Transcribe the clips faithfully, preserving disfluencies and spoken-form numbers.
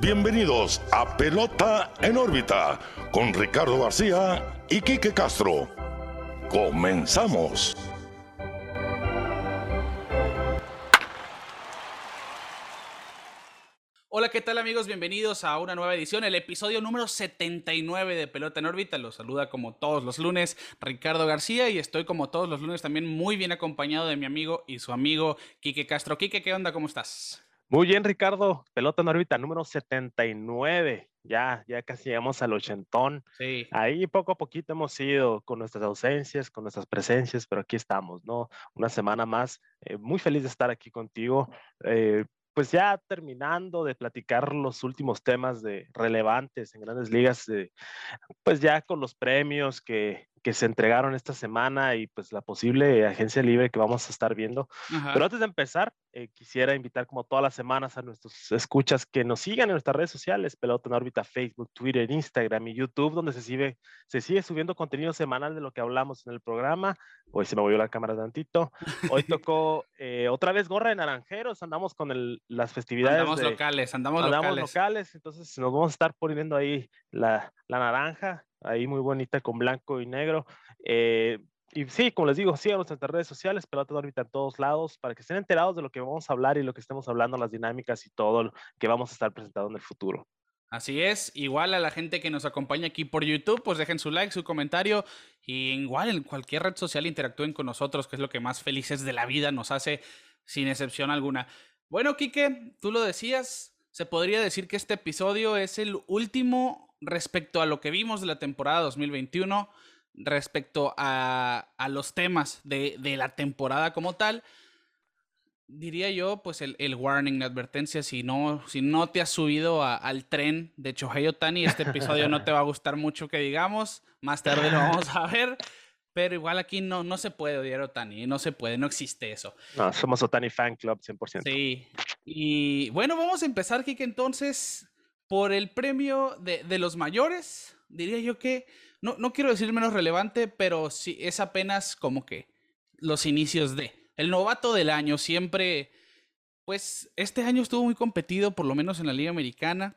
bienvenidos a Pelota en órbita con Ricardo García y Quique Castro. Comenzamos. Hola, ¿qué tal amigos? Bienvenidos a una nueva edición, el episodio número setenta y nueve de Pelota en órbita. Los saluda como todos los lunes Ricardo García y estoy como todos los lunes también muy bien acompañado de mi amigo y su amigo Quique Castro. Quique, ¿qué onda? ¿Cómo estás? Muy bien, Ricardo. Pelota en órbita número setenta y nueve. Ya, ya casi llegamos al ochentón. Sí. Ahí poco a poquito hemos ido con nuestras ausencias, con nuestras presencias, pero aquí estamos, ¿no? Una semana más. Eh, muy feliz de estar aquí contigo. Eh, pues ya terminando de platicar los últimos temas de relevantes en Grandes Ligas, eh, pues ya con los premios que, que se entregaron esta semana y pues la posible agencia libre que vamos a estar viendo. Ajá. Pero antes de empezar, eh, quisiera invitar como todas las semanas a nuestros escuchas que nos sigan en nuestras redes sociales, Pelota en órbita, Facebook, Twitter, Instagram y YouTube, donde se sigue, se sigue subiendo contenido semanal de lo que hablamos en el programa. Hoy se me movió la cámara tantito. Hoy tocó eh, otra vez gorra de naranjeros, andamos con el, las festividades Andamos de... locales, andamos, Andamos locales. locales, entonces nos vamos a estar poniendo ahí la, la naranja, ahí muy bonita con blanco y negro. Eh, y sí, como les digo, síganos en nuestras redes sociales, Pelota en órbita en todos lados, para que estén enterados de lo que vamos a hablar y lo que estemos hablando, las dinámicas y todo lo que vamos a estar presentando en el futuro. Así es, igual a la gente que nos acompaña aquí por YouTube, pues dejen su like, su comentario y igual en cualquier red social interactúen con nosotros, que es lo que más felices de la vida nos hace, sin excepción alguna. Bueno, Quique, tú lo decías, se podría decir que este episodio es el último respecto a lo que vimos de la temporada dos mil veintiuno, respecto a, a los temas de, de la temporada como tal. Diría yo, pues el, el warning, la advertencia, si no, si no te has subido a, al tren de Shohei Ohtani, este episodio no te va a gustar mucho que digamos, más tarde lo vamos a ver, pero igual aquí no, no se puede odiar a Ohtani, no se puede, no existe eso. No, somos Ohtani Fan Club cien por ciento. Sí, y bueno, vamos a empezar, Kike, entonces, por el premio de, de los mayores, diría yo que, no, no quiero decir menos relevante, pero sí es apenas como que los inicios de... El novato del año siempre, pues este año estuvo muy competido, por lo menos en la Liga Americana.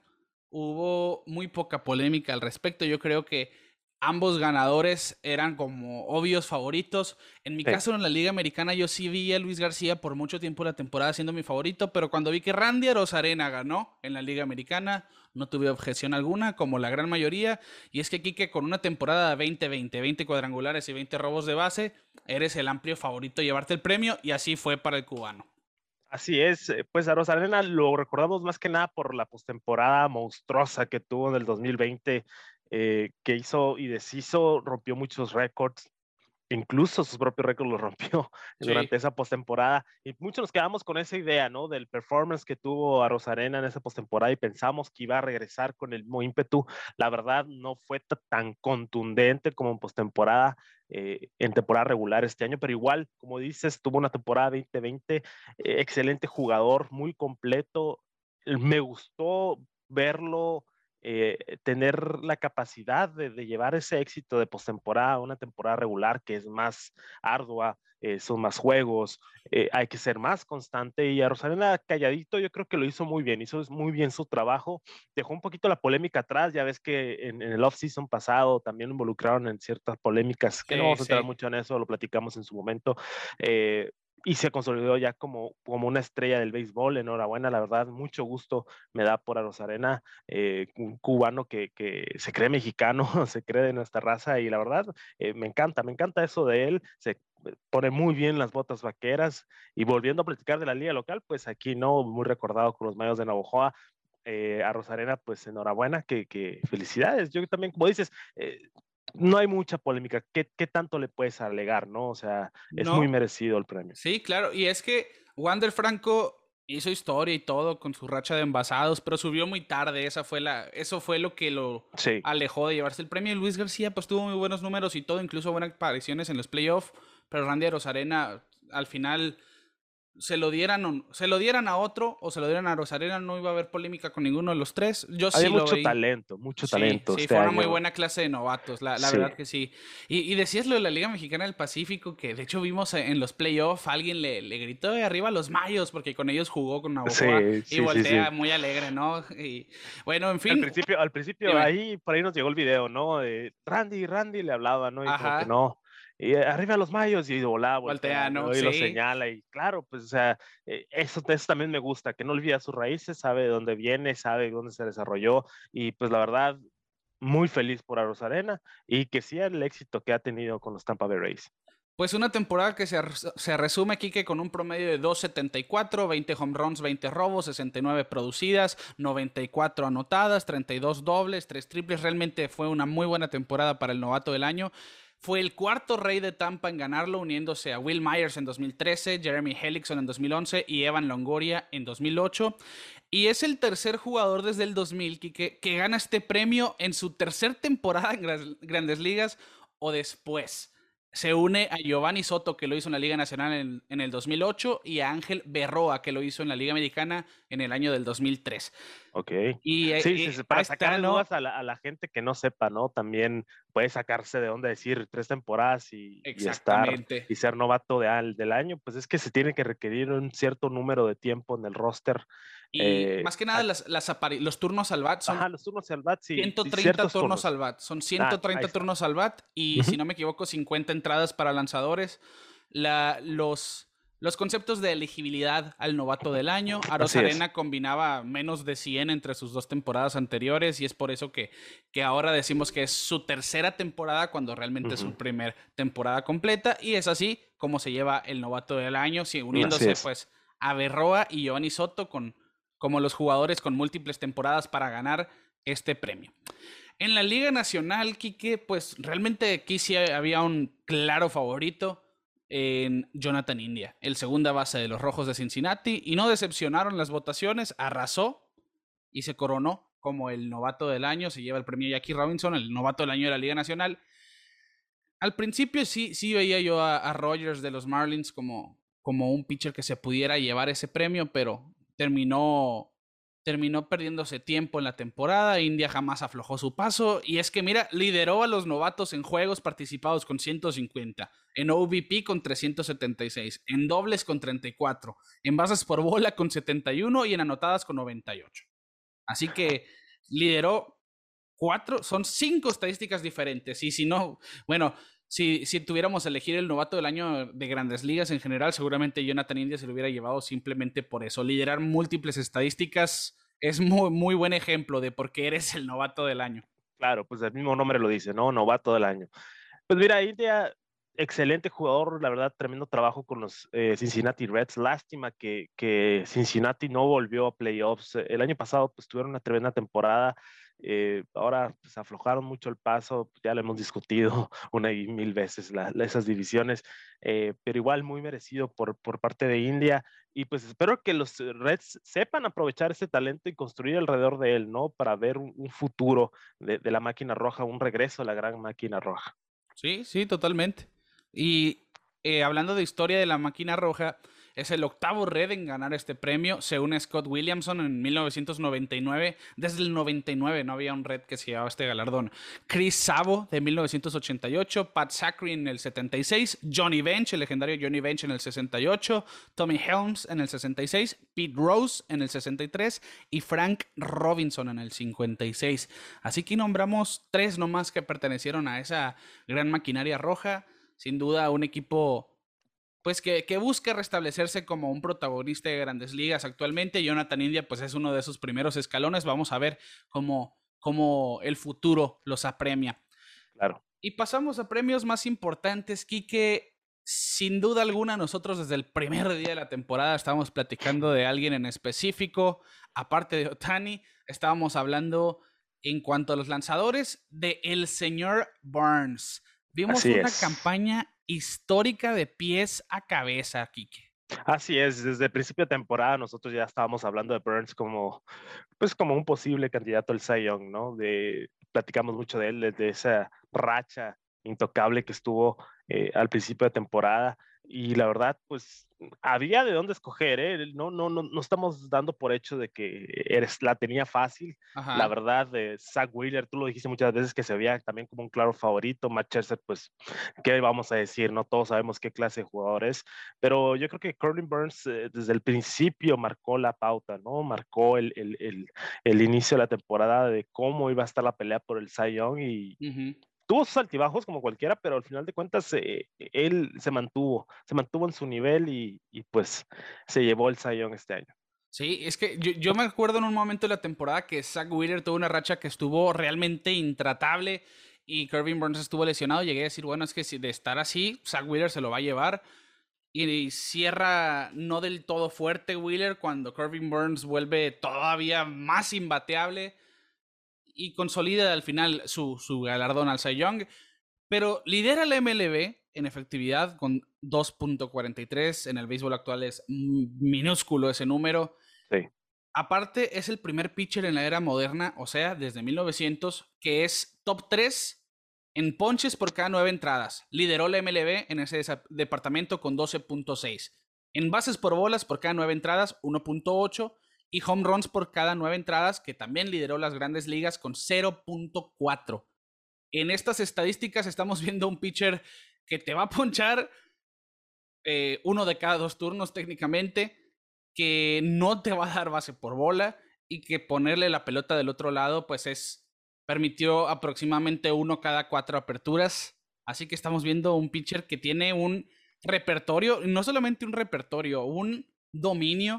Hubo muy poca polémica al respecto. Yo creo que ambos ganadores eran como obvios favoritos. En mi Sí. caso, en la Liga Americana, yo sí vi a Luis García por mucho tiempo la temporada siendo mi favorito, pero cuando vi que Randy Arozarena ganó en la Liga Americana, no tuve objeción alguna, como la gran mayoría. Y es que Quique, con una temporada veinte veinte, veinte cuadrangulares y veinte robos de base, eres el amplio favorito a llevarte el premio, y así fue para el cubano. Así es, eh, pues a Rosarena lo recordamos más que nada por la postemporada monstruosa que tuvo en el dos mil veinte, eh, que hizo y deshizo, rompió muchos récords, incluso sus propios récords los rompió Sí. durante esa postemporada. Y muchos nos quedamos con esa idea, ¿no? Del performance que tuvo a Rosarena en esa postemporada y pensamos que iba a regresar con el mismo ímpetu. La verdad, no fue tan contundente como en postemporada, eh, en temporada regular este año, pero igual, como dices, tuvo una temporada veinte veinte, eh, excelente jugador, muy completo. Me gustó verlo eh, tener la capacidad de, de, llevar ese éxito de postemporada a una temporada regular que es más ardua, eh, son más juegos, eh, hay que ser más constante. Y a Rosarena calladito yo creo que lo hizo muy bien, hizo muy bien su trabajo, dejó un poquito la polémica atrás. Ya ves que en, en el off-season pasado también lo involucraron en ciertas polémicas, que no Sí, vamos a entrar sí. mucho en eso, lo platicamos en su momento. Eh, y se consolidó ya como, como una estrella del béisbol. Enhorabuena, la verdad, mucho gusto me da por Arozarena, eh, un cubano que, que se cree mexicano, se cree de nuestra raza, y la verdad, eh, me encanta, me encanta eso de él. Se pone muy bien las botas vaqueras. Y volviendo a platicar de la liga local, pues aquí no, muy recordado con los Mayos de Navojoa. Eh, a Rosarena, pues enhorabuena, que, que felicidades. Yo también, como dices, eh, no hay mucha polémica. ¿Qué, ¿Qué tanto le puedes alegar, no? O sea, es muy No, merecido el premio. sí, claro. Y es que Wander Franco hizo historia y todo con su racha de envasados, pero subió muy tarde. Esa fue la, eso fue lo que lo Sí. alejó de llevarse el premio. Y Luis García, pues tuvo muy buenos números y todo, incluso buenas apariciones en los playoffs. Pero Randy Arozarena, al final, se lo dieran o- se lo dieran a otro o se lo dieran a Rosarena, no iba a haber polémica con ninguno de los tres. Yo Había sí lo mucho veí. talento, mucho Sí, talento sí, este fue una muy año. buena clase de novatos, la, la Sí, verdad que sí. Y, y decías lo de la Liga Mexicana del Pacífico, que de hecho vimos en los playoffs, alguien le, le gritó de arriba a los Mayos, porque con ellos jugó con Navojoa, sí, y sí, sí, sí. voltea muy alegre, ¿no? Y bueno, en Al fin, principio, al principio, dime. ahí, por ahí nos llegó el video, ¿no? De Randy, Randy le hablaba, ¿no? Y como que Ajá, no. Y eh, arriba los mayos, y de volada voltea, voltea, ¿no? ¿no? Y lo Sí. señala, y claro, pues, o sea, eh, eso, eso también me gusta, que no olvida sus raíces, sabe de dónde viene, sabe dónde se desarrolló, y pues la verdad, muy feliz por Arena y que sí el éxito que ha tenido con los Tampa Bay Rays. Pues una temporada que se, res- se resume, Kike, con un promedio de dos setenta y cuatro, veinte home runs, veinte robos, sesenta y nueve producidas, noventa y cuatro anotadas, treinta y dos dobles, tres triples. Realmente fue una muy buena temporada para el novato del año. Fue el cuarto rey de Tampa en ganarlo, uniéndose a Will Myers en dos mil trece, Jeremy Hellickson en dos mil once y Evan Longoria en dos mil ocho. Y es el tercer jugador desde el dos mil, Kike, que gana este premio en su tercer temporada en Gras- Grandes Ligas o después. Se une a Giovanni Soto, que lo hizo en la Liga Nacional en, en el dos mil ocho, y a Ángel Berroa, que lo hizo en la Liga Americana en el año del dos mil tres. Ok. Y eh, Sí, sí, eh, sí, ahí para está, sacarle ¿no? dudas a la, a la gente que no sepa, ¿no? También puede sacarse de onda decir tres temporadas y, y estar Exactamente. y ser novato de, al- del año, pues es que se tiene que requerir un cierto número de tiempo en el roster. Y Eh, más que nada, a- las, las apari- los turnos al bat son ajá, los turnos al bat, sí, ciento sí, treinta ciertos turnos turnos. al bat. Son Ah, ahí ciento treinta está. turnos al bat y, Ujú. si no me equivoco, cincuenta entradas para lanzadores. La, los, los conceptos de elegibilidad al novato del año. Aros Así es. Arena combinaba menos de cien entre sus dos temporadas anteriores y es por eso que, que ahora decimos que es su tercera temporada cuando realmente es su Ujú. primera temporada completa y es así como se lleva el novato del año, sí, Así uniéndose es. pues a Berroa y Giovanni Soto con, como los jugadores con múltiples temporadas para ganar este premio. En la Liga Nacional, Quique, pues realmente aquí sí había un claro favorito en Jonathan India, el segunda base de los Rojos de Cincinnati, y no decepcionaron las votaciones, arrasó y se coronó como el novato del año, se lleva el premio Jackie Robinson, el novato del año de la Liga Nacional. Al principio sí, sí veía yo a, a Rogers de los Marlins como, como un pitcher que se pudiera llevar ese premio, pero terminó, terminó perdiéndose tiempo en la temporada. India jamás aflojó su paso. Y es que, mira, lideró a los novatos en juegos participados con ciento cincuenta, en O V P con trescientos setenta y seis, en dobles con treinta y cuatro, en bases por bola con setenta y uno y en anotadas con noventa y ocho. Así que lideró cuatro, son cinco estadísticas diferentes. Y si no, bueno, si, si tuviéramos a elegir el novato del año de Grandes Ligas en general, seguramente Jonathan India se lo hubiera llevado simplemente por eso. Liderar múltiples estadísticas es muy, muy buen ejemplo de por qué eres el novato del año. Claro, pues el mismo nombre lo dice, ¿no? Novato del año. Pues mira, India, excelente jugador, la verdad, tremendo trabajo con los eh, Cincinnati Reds. Lástima que, que Cincinnati no volvió a playoffs. El año pasado, pues tuvieron una tremenda temporada. Eh, ahora, pues aflojaron mucho el paso. Ya lo hemos discutido una y mil veces la, la, esas divisiones, eh, pero igual muy merecido por, por parte de India. Y pues espero que los Reds sepan aprovechar ese talento y construir alrededor de él, ¿no? Para ver un, un futuro de, de la máquina roja, un regreso a la gran máquina roja. Sí, sí, totalmente. Y eh, hablando de historia de la máquina roja, es el octavo Red en ganar este premio. Se une Scott Williamson en mil novecientos noventa y nueve. Desde el noventa y nueve no había un Red que se llevaba este galardón. Chris Savo de mil novecientos ochenta y ocho, Pat Zachary en el setenta y seis, Johnny Bench, el legendario Johnny Bench en el sesenta y ocho, Tommy Helms en el sesenta y seis, Pete Rose en el sesenta y tres y Frank Robinson en el cincuenta y seis. Así que nombramos tres nomás que pertenecieron a esa gran maquinaria roja. Sin duda un equipo pues que, que, busca restablecerse como un protagonista de Grandes Ligas actualmente. Jonathan India pues es uno de sus primeros escalones. Vamos a ver cómo, cómo el futuro los apremia. Claro. Y pasamos a premios más importantes, Quique. Sin duda alguna, nosotros desde el primer día de la temporada estábamos platicando de alguien en específico, aparte de Otani, estábamos hablando en cuanto a los lanzadores de el señor Burns. Vimos Así una es. campaña histórica de pies a cabeza, Quique. Así es, desde el principio de temporada nosotros ya estábamos hablando de Burns como, pues como un posible candidato al Cy Young, ¿no? De, platicamos mucho de él, desde esa racha intocable que estuvo eh, al principio de temporada. y la verdad, pues había de dónde escoger, ¿eh? No, no, no, no estamos dando por hecho de que eres, la tenía fácil. La Ajá. verdad, de Zach Wheeler, tú lo dijiste muchas veces que se veía también como un claro favorito. Matt Scherzer, pues, ¿qué vamos a decir? No todos sabemos qué clase de jugador es, pero yo creo que Corbin Burns eh, desde el principio marcó la pauta, ¿no? Marcó el, el, el, el inicio de la temporada de cómo iba a estar la pelea por el Cy Young y Ujú. tuvo sus altibajos como cualquiera, pero al final de cuentas eh, él se mantuvo, se mantuvo en su nivel y, y pues se llevó el Cy Young este año. Sí, es que yo, yo me acuerdo en un momento de la temporada que Zach Wheeler tuvo una racha que estuvo realmente intratable y Corbin Burns estuvo lesionado. Llegué a decir, bueno, es que si de estar así, Zach Wheeler se lo va a llevar. Y cierra no del todo fuerte Wheeler cuando Corbin Burns vuelve todavía más imbateable y consolida al final su, su galardón al Cy Young. Pero lidera la M L B en efectividad con dos punto cuarenta y tres. En el béisbol actual es minúsculo ese número. Sí. Aparte, es el primer pitcher en la era moderna, o sea, desde mil novecientos, que es top tres en ponches por cada nueve entradas. Lideró la M L B en ese departamento con doce punto seis. En bases por bolas por cada nueve entradas, uno punto ocho. Y home runs por cada nueve entradas, que también lideró las grandes ligas con cero punto cuatro. En estas estadísticas estamos viendo un pitcher que te va a ponchar eh, uno de cada dos turnos técnicamente, que no te va a dar base por bola y que ponerle la pelota del otro lado pues es permitió aproximadamente uno cada cuatro aperturas. Así que estamos viendo un pitcher que tiene un repertorio, no solamente un repertorio, un dominio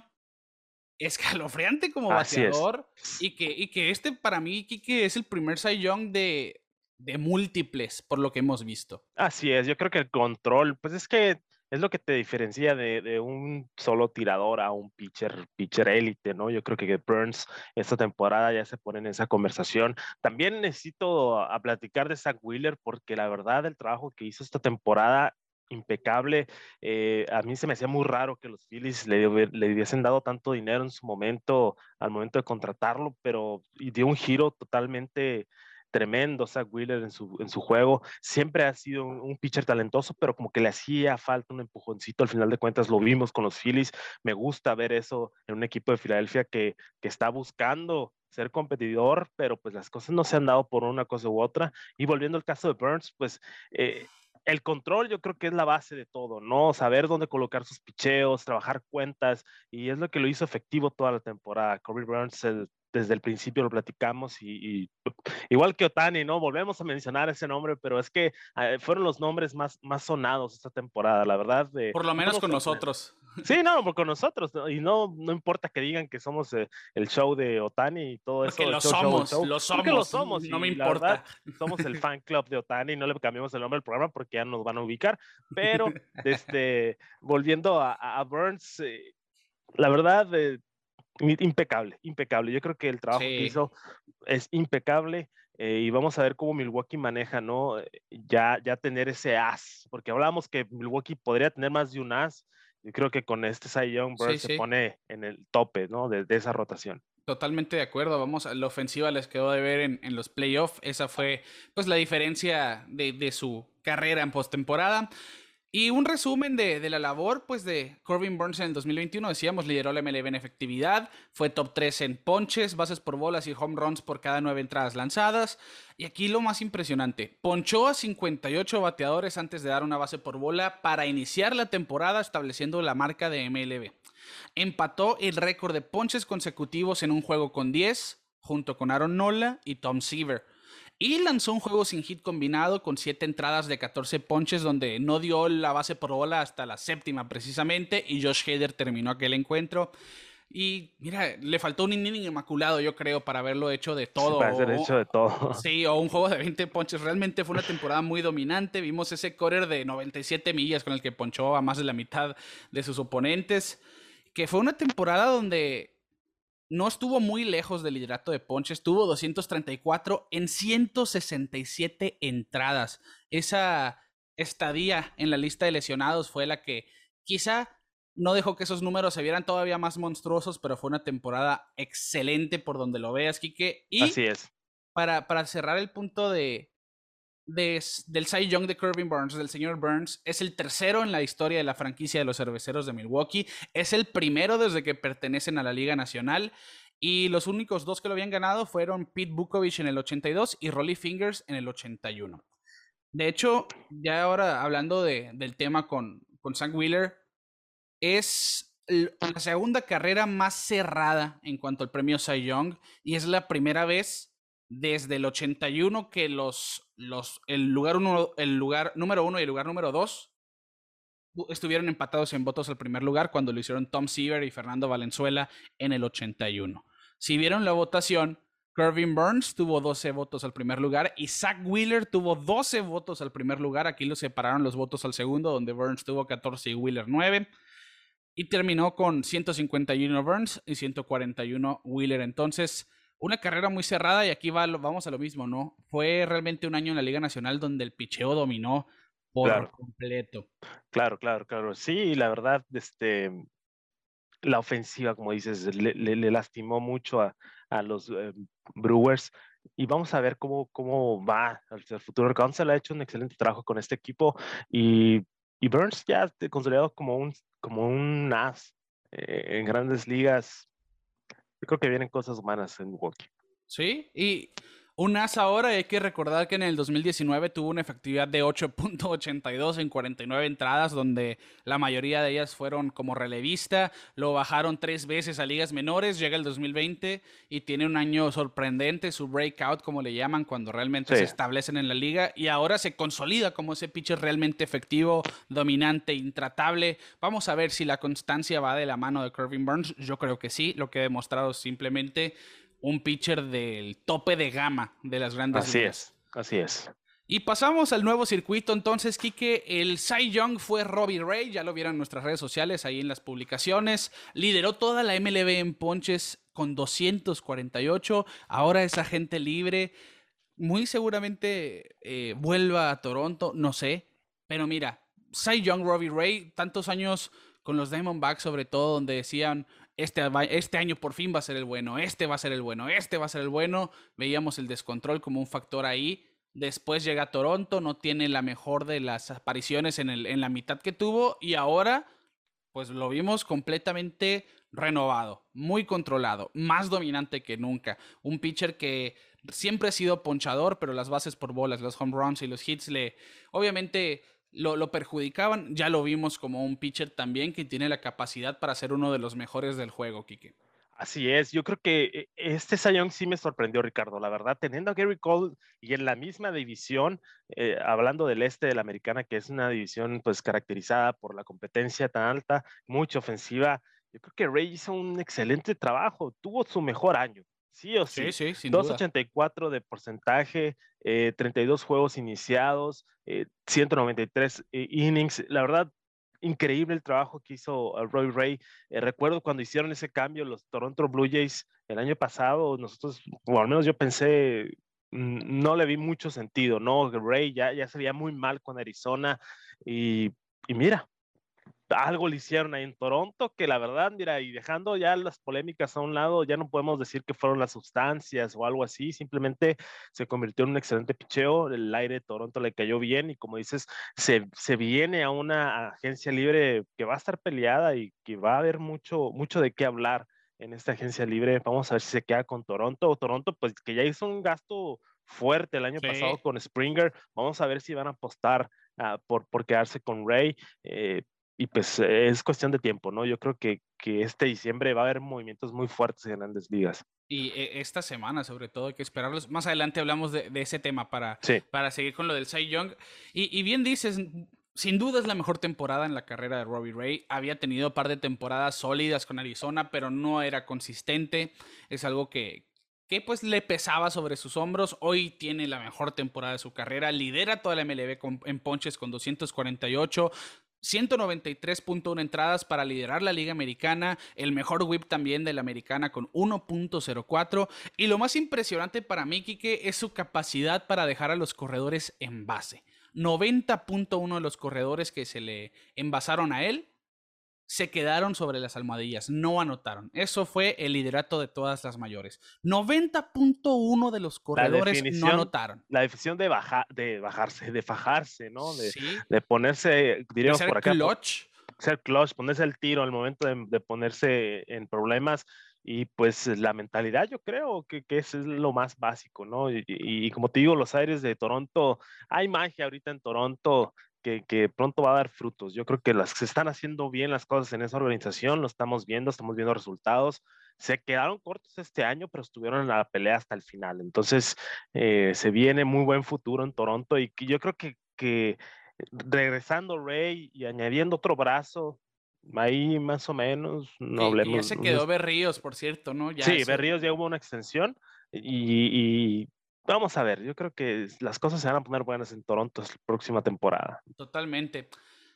escalofriante como Así es. bateador y que, y que este para mí, Kike, es el primer Cy Young de, de múltiples por lo que hemos visto. Así es, yo creo que el control, pues es que es lo que te diferencia de, de un solo tirador a un pitcher, pitcher élite, ¿no? Yo creo que Burns esta temporada ya se pone en esa conversación. También necesito a, a platicar de Zach Wheeler porque la verdad el trabajo que hizo esta temporada impecable. Eh, a mí se me hacía muy raro que los Phillies le, le hubiesen dado tanto dinero en su momento, al momento de contratarlo, pero y dio un giro totalmente tremendo Zach Wheeler en su, en su juego. Siempre ha sido un, un, pitcher talentoso, pero como que le hacía falta un empujoncito. Al final de cuentas lo vimos con los Phillies. Me gusta ver eso en un equipo de Filadelfia que, que está buscando ser competidor, pero pues las cosas no se han dado por una cosa u otra. Y volviendo al caso de Burns, pues eh, el control yo creo que es la base de todo, ¿no? Saber dónde colocar sus picheos, trabajar cuentas, y es lo que lo hizo efectivo toda la temporada. Corbin Burns el, desde el principio lo platicamos y, y igual que Ohtani, ¿no? Volvemos a mencionar ese nombre, pero es que eh, fueron los nombres más, más sonados esta temporada, la verdad. Eh, Por lo no menos nos con sorprende. nosotros. Sí, no, por con nosotros, ¿no? Y no, no importa que digan que somos eh, el show de Ohtani y todo Porque eso, el lo show, show, el somos, show, lo porque lo somos, somos no me y la verdad importa. somos el fan club de Ohtani y no le cambiamos el nombre del programa porque ya nos van a ubicar, pero este, volviendo a, a Burns, eh, la verdad, eh, impecable, impecable. Yo creo que el trabajo que Sí. hizo es impecable eh, y vamos a ver cómo Milwaukee maneja, ¿no? Ya, ya tener ese as, porque hablábamos que Milwaukee podría tener más de un as. Yo creo que con este Cy Young Bird Sí, se sí. pone en el tope, ¿no? De, de esa rotación. Totalmente de acuerdo. Vamos, a la ofensiva les quedó de ver en, en los playoffs. Esa fue pues la diferencia de, de su carrera en postemporada. Y un resumen de, de, la labor pues de Corbin Burns en el dos mil veintiuno, decíamos, lideró la M L B en efectividad, fue top tres en ponches, bases por bolas y home runs por cada nueve entradas lanzadas. Y aquí lo más impresionante, ponchó a cincuenta y ocho bateadores antes de dar una base por bola para iniciar la temporada, estableciendo la marca de M L B. Empató el récord de ponches consecutivos en un juego con diez, junto con Aaron Nola y Tom Seaver. Y lanzó un juego sin hit combinado con siete entradas de catorce ponches donde no dio la base por bola hasta la séptima precisamente y Josh Hader terminó aquel encuentro. Y mira, le faltó un inning inmaculado yo creo para haberlo hecho de Sí, todo. parece el hecho O, de todo. sí, o un juego de veinte ponches. Realmente fue una temporada muy dominante. Vimos ese correr de noventa y siete millas con el que ponchó a más de la mitad de sus oponentes. Que fue una temporada donde no estuvo muy lejos del liderato de ponches, tuvo doscientos treinta y cuatro en ciento sesenta y siete entradas. Esa estadía en la lista de lesionados fue la que quizá no dejó que esos números se vieran todavía más monstruosos, pero fue una temporada excelente por donde lo veas, Quique. Y Así es. para, para cerrar el punto de, de, del Cy Young de Corbin Burns, del señor Burns, es el tercero en la historia de la franquicia de los Cerveceros de Milwaukee. Es el primero desde que pertenecen a la Liga Nacional. Y los únicos dos que lo habían ganado fueron Pete Bukovich en el ochenta y dos y Rollie Fingers en el ochenta y uno. De hecho, ya ahora hablando de, del tema con, con Zach Wheeler, es la segunda carrera más cerrada en cuanto al premio Cy Young y es la primera vez desde el ochenta y uno que los, los el, lugar uno, el lugar número uno y el lugar número dos estuvieron empatados en votos al primer lugar cuando lo hicieron Tom Seaver y Fernando Valenzuela en el ochenta y uno. Si vieron la votación, Corbin Burns tuvo doce votos al primer lugar y Zach Wheeler tuvo doce votos al primer lugar. Aquí lo separaron los votos al segundo, donde Burns tuvo catorce y Wheeler nueve. Y terminó con ciento cincuenta y uno Burns y ciento cuarenta y uno Wheeler. Entonces, una carrera muy cerrada y aquí va, vamos a lo mismo, ¿no? Fue realmente un año en la Liga Nacional donde el picheo dominó por Claro. completo. Claro, claro, claro. Sí, la verdad, este, la ofensiva, como dices, le, le, le lastimó mucho a, a los eh, Brewers. Y vamos a ver cómo, cómo va el futuro. Council ha hecho un excelente trabajo con este equipo y, y Burns ya considerado como un, como un as eh, en grandes ligas. Yo creo que vienen cosas humanas en Milwaukee. Sí, y un as ahora, hay que recordar que en el dos mil diecinueve tuvo una efectividad de ocho punto ochenta y dos en cuarenta y nueve entradas, donde la mayoría de ellas fueron como relevista. Lo bajaron tres veces a ligas menores, llega el dos mil veinte y tiene un año sorprendente, su breakout, como le llaman, cuando realmente Sí. se establecen en la liga, y ahora se consolida como ese pitcher realmente efectivo, dominante, intratable. Vamos a ver si la constancia va de la mano de Corbin Burns. Yo creo que sí, lo que he demostrado es simplemente un pitcher del tope de gama de las grandes Así ligas. es, así es. Y pasamos al nuevo circuito, entonces, Quique. El Cy Young fue Robbie Ray, ya lo vieron en nuestras redes sociales, ahí en las publicaciones. Lideró toda la M L B en ponches con doscientos cuarenta y ocho. Ahora es agente libre. Muy seguramente eh, vuelva a Toronto, no sé. Pero mira, Cy Young, Robbie Ray, tantos años con los Diamondbacks, sobre todo, donde decían, este, este año por fin va a ser el bueno, este va a ser el bueno, este va a ser el bueno. Veíamos el descontrol como un factor ahí. Después llega a Toronto, no tiene la mejor de las apariciones en, el, en la mitad que tuvo y ahora pues lo vimos completamente renovado, muy controlado, más dominante que nunca. Un pitcher que siempre ha sido ponchador, pero las bases por bolas, los home runs y los hits le obviamente lo, lo perjudicaban. Ya lo vimos como un pitcher también que tiene la capacidad para ser uno de los mejores del juego, Quique. Así es, yo creo que este Cy Young sí me sorprendió, Ricardo, la verdad, teniendo a Gary Cole y en la misma división, eh, hablando del este de la americana, que es una división pues caracterizada por la competencia tan alta, mucha ofensiva, yo creo que Ray hizo un excelente trabajo, tuvo su mejor año, sí o sí, Sí, sí, sin dos duda. ochenta y cuatro de porcentaje, eh, treinta y dos juegos iniciados, eh, ciento noventa y tres eh, innings, la verdad, increíble el trabajo que hizo uh, Roy Ray. Eh, recuerdo cuando hicieron ese cambio los Toronto Blue Jays el año pasado, nosotros, o al menos yo pensé, mm, no le vi mucho sentido, ¿no? Ray ya, ya se veía muy mal con Arizona y, y mira, algo le hicieron ahí en Toronto que la verdad, mira, y dejando ya las polémicas a un lado, ya no podemos decir que fueron las sustancias o algo así, simplemente se convirtió en un excelente picheo, el aire de Toronto le cayó bien y como dices, se, se viene a una agencia libre que va a estar peleada y que va a haber mucho, mucho de qué hablar en esta agencia libre. Vamos a ver si se queda con Toronto o Toronto, pues que ya hizo un gasto fuerte el año Sí. pasado con Springer, vamos a ver si van a apostar uh, por, por quedarse con Ray. Eh, y pues es cuestión de tiempo, ¿no? Yo creo que, que este diciembre va a haber movimientos muy fuertes en grandes ligas. Y eh, esta semana, sobre todo, hay que esperarlos. Más adelante hablamos de, de ese tema para, sí. para seguir con lo del Cy Young. Y, y bien dices, sin duda es la mejor temporada en la carrera de Robbie Ray. Había tenido un par de temporadas sólidas con Arizona, pero no era consistente. Es algo que, que pues le pesaba sobre sus hombros. Hoy tiene la mejor temporada de su carrera. Lidera toda la M L B con, en ponches con doscientos cuarenta y ocho. ciento noventa y tres punto uno entradas para liderar la Liga Americana, el mejor whip también de la Americana con uno punto cero cuatro, y lo más impresionante para mí, Quique, es su capacidad para dejar a los corredores en base. noventa punto uno de los corredores que se le envasaron a él se quedaron sobre las almohadillas, no anotaron. Eso fue el liderato de todas las mayores. noventa punto uno de los La corredores no definición, anotaron. la definición de, baja, de bajarse, de fajarse, ¿no? De, Sí, de ponerse, de diríamos por ser acá, po- clutch. ser clutch, ponerse el tiro al momento de, de ponerse en problemas. Y pues la mentalidad, yo creo que, que eso es lo más básico, ¿no? Y, y- y como te digo, los Aires de Toronto, hay magia ahorita en Toronto que, que pronto va a dar frutos. Yo creo que las, se están haciendo bien las cosas en esa organización, lo estamos viendo, estamos viendo resultados. Se quedaron cortos este año, pero estuvieron en la pelea hasta el final. Entonces, eh, se viene muy buen futuro en Toronto y que yo creo que, que regresando Ray y añadiendo otro brazo, ahí más o menos, no Que, que ya hablemos. se No, quedó Berríos, por cierto, ¿no? Ya sí, eso. Berríos ya hubo una extensión y, y vamos a ver, yo creo que las cosas se van a poner buenas en Toronto la próxima temporada. Totalmente.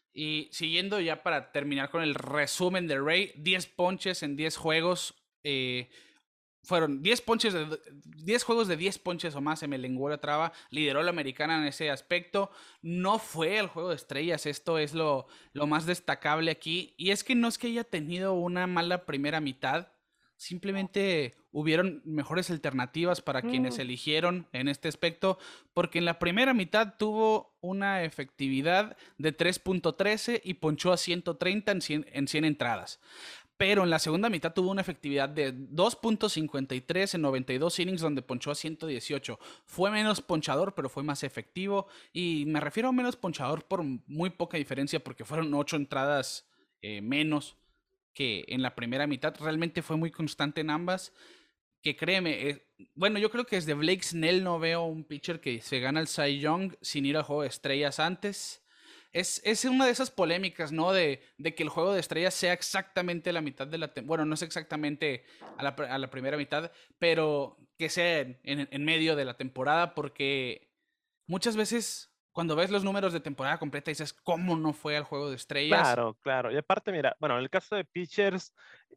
Y siguiendo ya para terminar con el resumen de Ray, diez ponches en diez juegos. Eh, fueron diez ponches de diez juegos de diez ponches o más, se me lenguó la traba. Lideró la americana en ese aspecto. No fue el juego de estrellas, esto es lo, lo más destacable aquí. Y es que no es que haya tenido una mala primera mitad, simplemente hubieron mejores alternativas para quienes Mm. eligieron en este aspecto, porque en la primera mitad tuvo una efectividad de tres punto trece y ponchó a ciento treinta en cien, en cien entradas. Pero en la segunda mitad tuvo una efectividad de dos punto cincuenta y tres en noventa y dos innings donde ponchó a ciento dieciocho. Fue menos ponchador, pero fue más efectivo. Y me refiero a menos ponchador por muy poca diferencia porque fueron ocho entradas eh, menos que en la primera mitad. Realmente fue muy constante en ambas. Que créeme, eh, bueno, yo creo que desde Blake Snell no veo un pitcher que se gana el Cy Young sin ir al juego de estrellas antes. Es, es una de esas polémicas, ¿no? De, de que el juego de estrellas sea exactamente la mitad de la temporada. Bueno, no es exactamente a la, a la primera mitad, pero que sea en, en, en medio de la temporada, porque muchas veces cuando ves los números de temporada completa dices, ¿cómo no fue al juego de estrellas? Claro, claro. Y aparte, mira, bueno, en el caso de pitchers,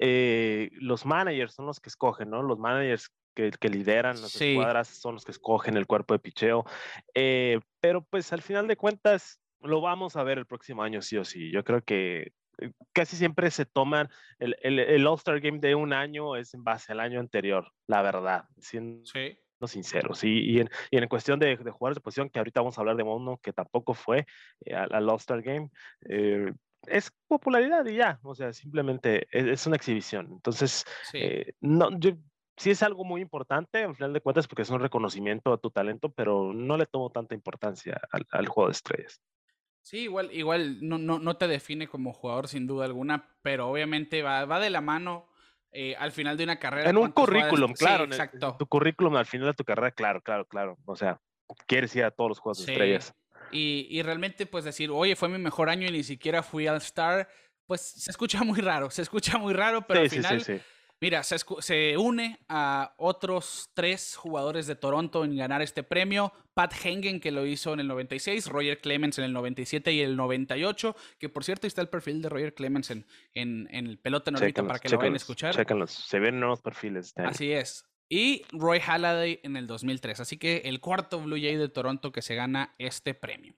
eh, los managers son los que escogen, ¿no? Los managers que, que lideran las Sí, escuadras son los que escogen el cuerpo de picheo. Eh, pero pues al final de cuentas lo vamos a ver el próximo año, sí o sí. Yo creo que eh, casi siempre se toman el, el, el All-Star Game de un año es en base al año anterior, la verdad, siendo sí. sinceros. Y, y, en, y en cuestión de, de jugadores de posición, que ahorita vamos a hablar de uno que tampoco fue eh, al, al All-Star Game, eh, es popularidad y ya, o sea, simplemente es, es una exhibición. Entonces, Sí. eh, no, yo, sí es algo muy importante, al final de cuentas, porque es un reconocimiento a tu talento, pero no le tomo tanta importancia al, al juego de estrellas. Sí, igual, igual no, no, no te define como jugador sin duda alguna, pero obviamente va, va de la mano eh, al final de una carrera, En un cuántas jugadas. currículum, Sí, claro, en, el, en exacto. tu currículum al final de tu carrera, claro, claro, claro. O sea, quieres ir a todos los juegos de Sí. estrellas. Y, y realmente, pues decir, oye, fue mi mejor año y ni siquiera fui al Star, pues se escucha muy raro, se escucha muy raro, pero al Sí, sí, sí, final, sí. mira, se, escu- se une a otros tres jugadores de Toronto en ganar este premio. Pat Hengen, que lo hizo en el noventa y seis, Roger Clemens en el noventa y siete y el noventa y ocho, que por cierto ahí está el perfil de Roger Clemens en, en, en el Pelota en órbita para Chécanos, que lo vayan a chécanos, escuchar. chécanos. Se ven nuevos perfiles este año. Así es. Y Roy Halladay en el dos mil tres. Así que el cuarto Blue Jay de Toronto que se gana este premio.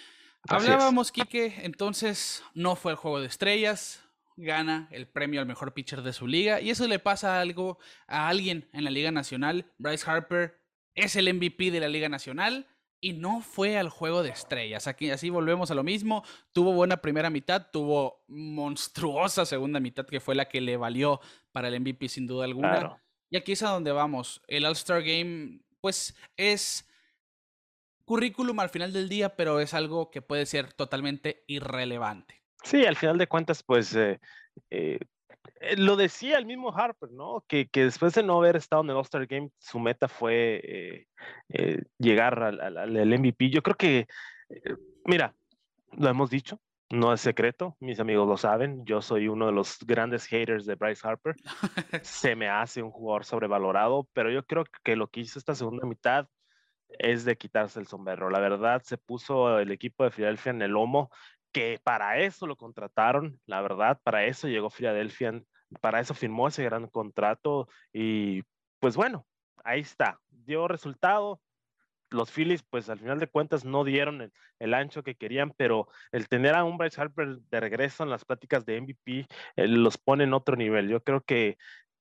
Así es. Hablábamos, Quique, entonces no fue el juego de estrellas, gana el premio al mejor pitcher de su liga y eso le pasa algo a alguien en la Liga Nacional. Bryce Harper es el M V P de la Liga Nacional y no fue al juego de estrellas. Aquí así volvemos a lo mismo. Tuvo buena primera mitad, tuvo monstruosa segunda mitad que fue la que le valió para el M V P sin duda alguna. Claro. Y aquí es a donde vamos. El All-Star Game, pues es currículum al final del día, pero es algo que puede ser totalmente irrelevante. Sí, al final de cuentas, pues eh, eh, eh, lo decía el mismo Harper, ¿no? Que, que después de no haber estado en el All-Star Game, su meta fue eh, eh, llegar al, al, al M V P. Yo creo que, eh, mira, lo hemos dicho, no es secreto, mis amigos lo saben, yo soy uno de los grandes haters de Bryce Harper. Se me hace un jugador sobrevalorado, pero yo creo que lo que hizo esta segunda mitad es de quitarse el sombrero. La verdad, se puso el equipo de Filadelfia en el lomo, que para eso lo contrataron, la verdad, para eso llegó Filadelfia, para eso firmó ese gran contrato y pues bueno, ahí está, dio resultado, los Phillies, pues al final de cuentas no dieron el, el ancho que querían, pero el tener a un Bryce Harper de regreso en las pláticas de M V P eh, los pone en otro nivel. Yo creo que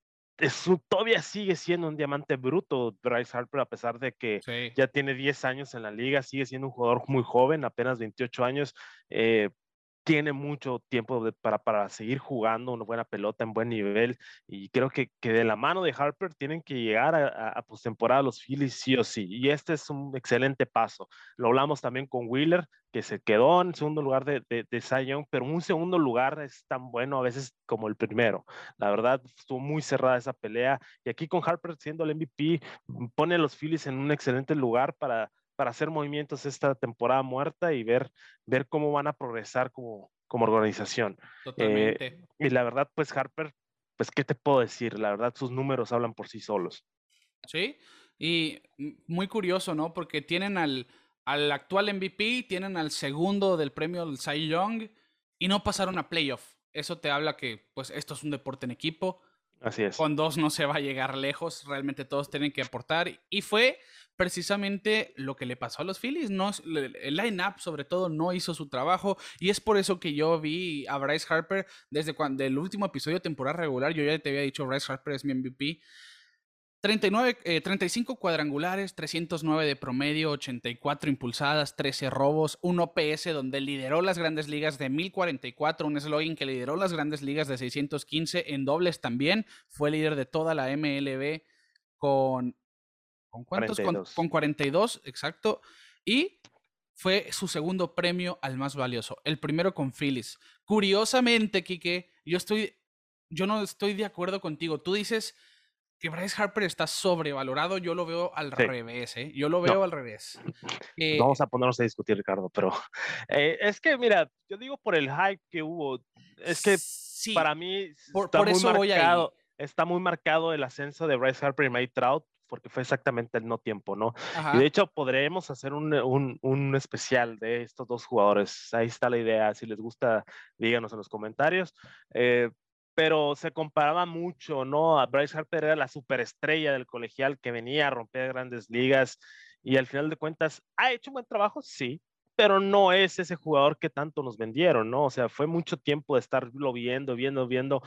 es un, todavía sigue siendo un diamante bruto Bryce Harper, a pesar de que Sí. ya tiene diez años en la liga, sigue siendo un jugador muy joven, apenas veintiocho años. Eh, tiene mucho tiempo de, para, para seguir jugando una buena pelota en buen nivel, y creo que, que de la mano de Harper tienen que llegar a, a, a postemporada los Phillies sí o sí, y este es un excelente paso. Lo hablamos también con Wheeler, que se quedó en segundo lugar de, de, de Cy Young, pero un segundo lugar es tan bueno a veces como el primero. La verdad, estuvo muy cerrada esa pelea, y aquí con Harper siendo el M V P, pone a los Phillies en un excelente lugar para para hacer movimientos esta temporada muerta y ver, ver cómo van a progresar como, como organización. Eh, Totalmente. y la verdad, pues Harper, pues, ¿qué te puedo decir? La verdad, sus números hablan por sí solos. Sí, y muy curioso, ¿no? Porque tienen al, al actual M V P, tienen al segundo del premio del Cy Young y no pasaron a playoff. Eso te habla que, pues, esto es un deporte en equipo. Así es. Con dos no se va a llegar lejos, realmente todos tienen que aportar. Y fue precisamente lo que le pasó a los Phillies. No, el line-up, sobre todo, no hizo su trabajo. Y es por eso que yo vi a Bryce Harper desde cuando el último episodio de temporada regular. Yo ya te había dicho, Bryce Harper es mi M V P. treinta y nueve, eh, treinta y cinco cuadrangulares, trescientos nueve de promedio, ochenta y cuatro impulsadas, trece robos, un O P S donde lideró las grandes ligas de mil cuarenta y cuatro, un slogan que lideró las grandes ligas de seiscientos quince, en dobles también, fue líder de toda la M L B con... ¿Con cuántos? Con, con cuarenta y dos, exacto. Y fue su segundo premio al más valioso, el primero con Phillies. Curiosamente, Quique, yo estoy... Yo no estoy de acuerdo contigo. Tú dices que Bryce Harper está sobrevalorado, yo lo veo al Sí. revés, ¿eh? Yo lo veo no. al revés. Eh, Vamos a ponernos a discutir, Ricardo, pero eh, es que, mira, yo digo por el hype que hubo, es que sí, para mí por, está por muy eso marcado, voy ahí. está muy marcado el ascenso de Bryce Harper y Mike Trout, porque fue exactamente el no tiempo, ¿no? Ajá. Y de hecho podremos hacer un, un, un especial de estos dos jugadores. Ahí está la idea, si les gusta, díganos en los comentarios. Eh, pero se comparaba mucho, ¿no? A Bryce Harper era la superestrella del colegial que venía a romper grandes ligas, y al final de cuentas ha hecho un buen trabajo, sí, pero no es ese jugador que tanto nos vendieron, ¿no? O sea, fue mucho tiempo de estarlo viendo, viendo, viendo,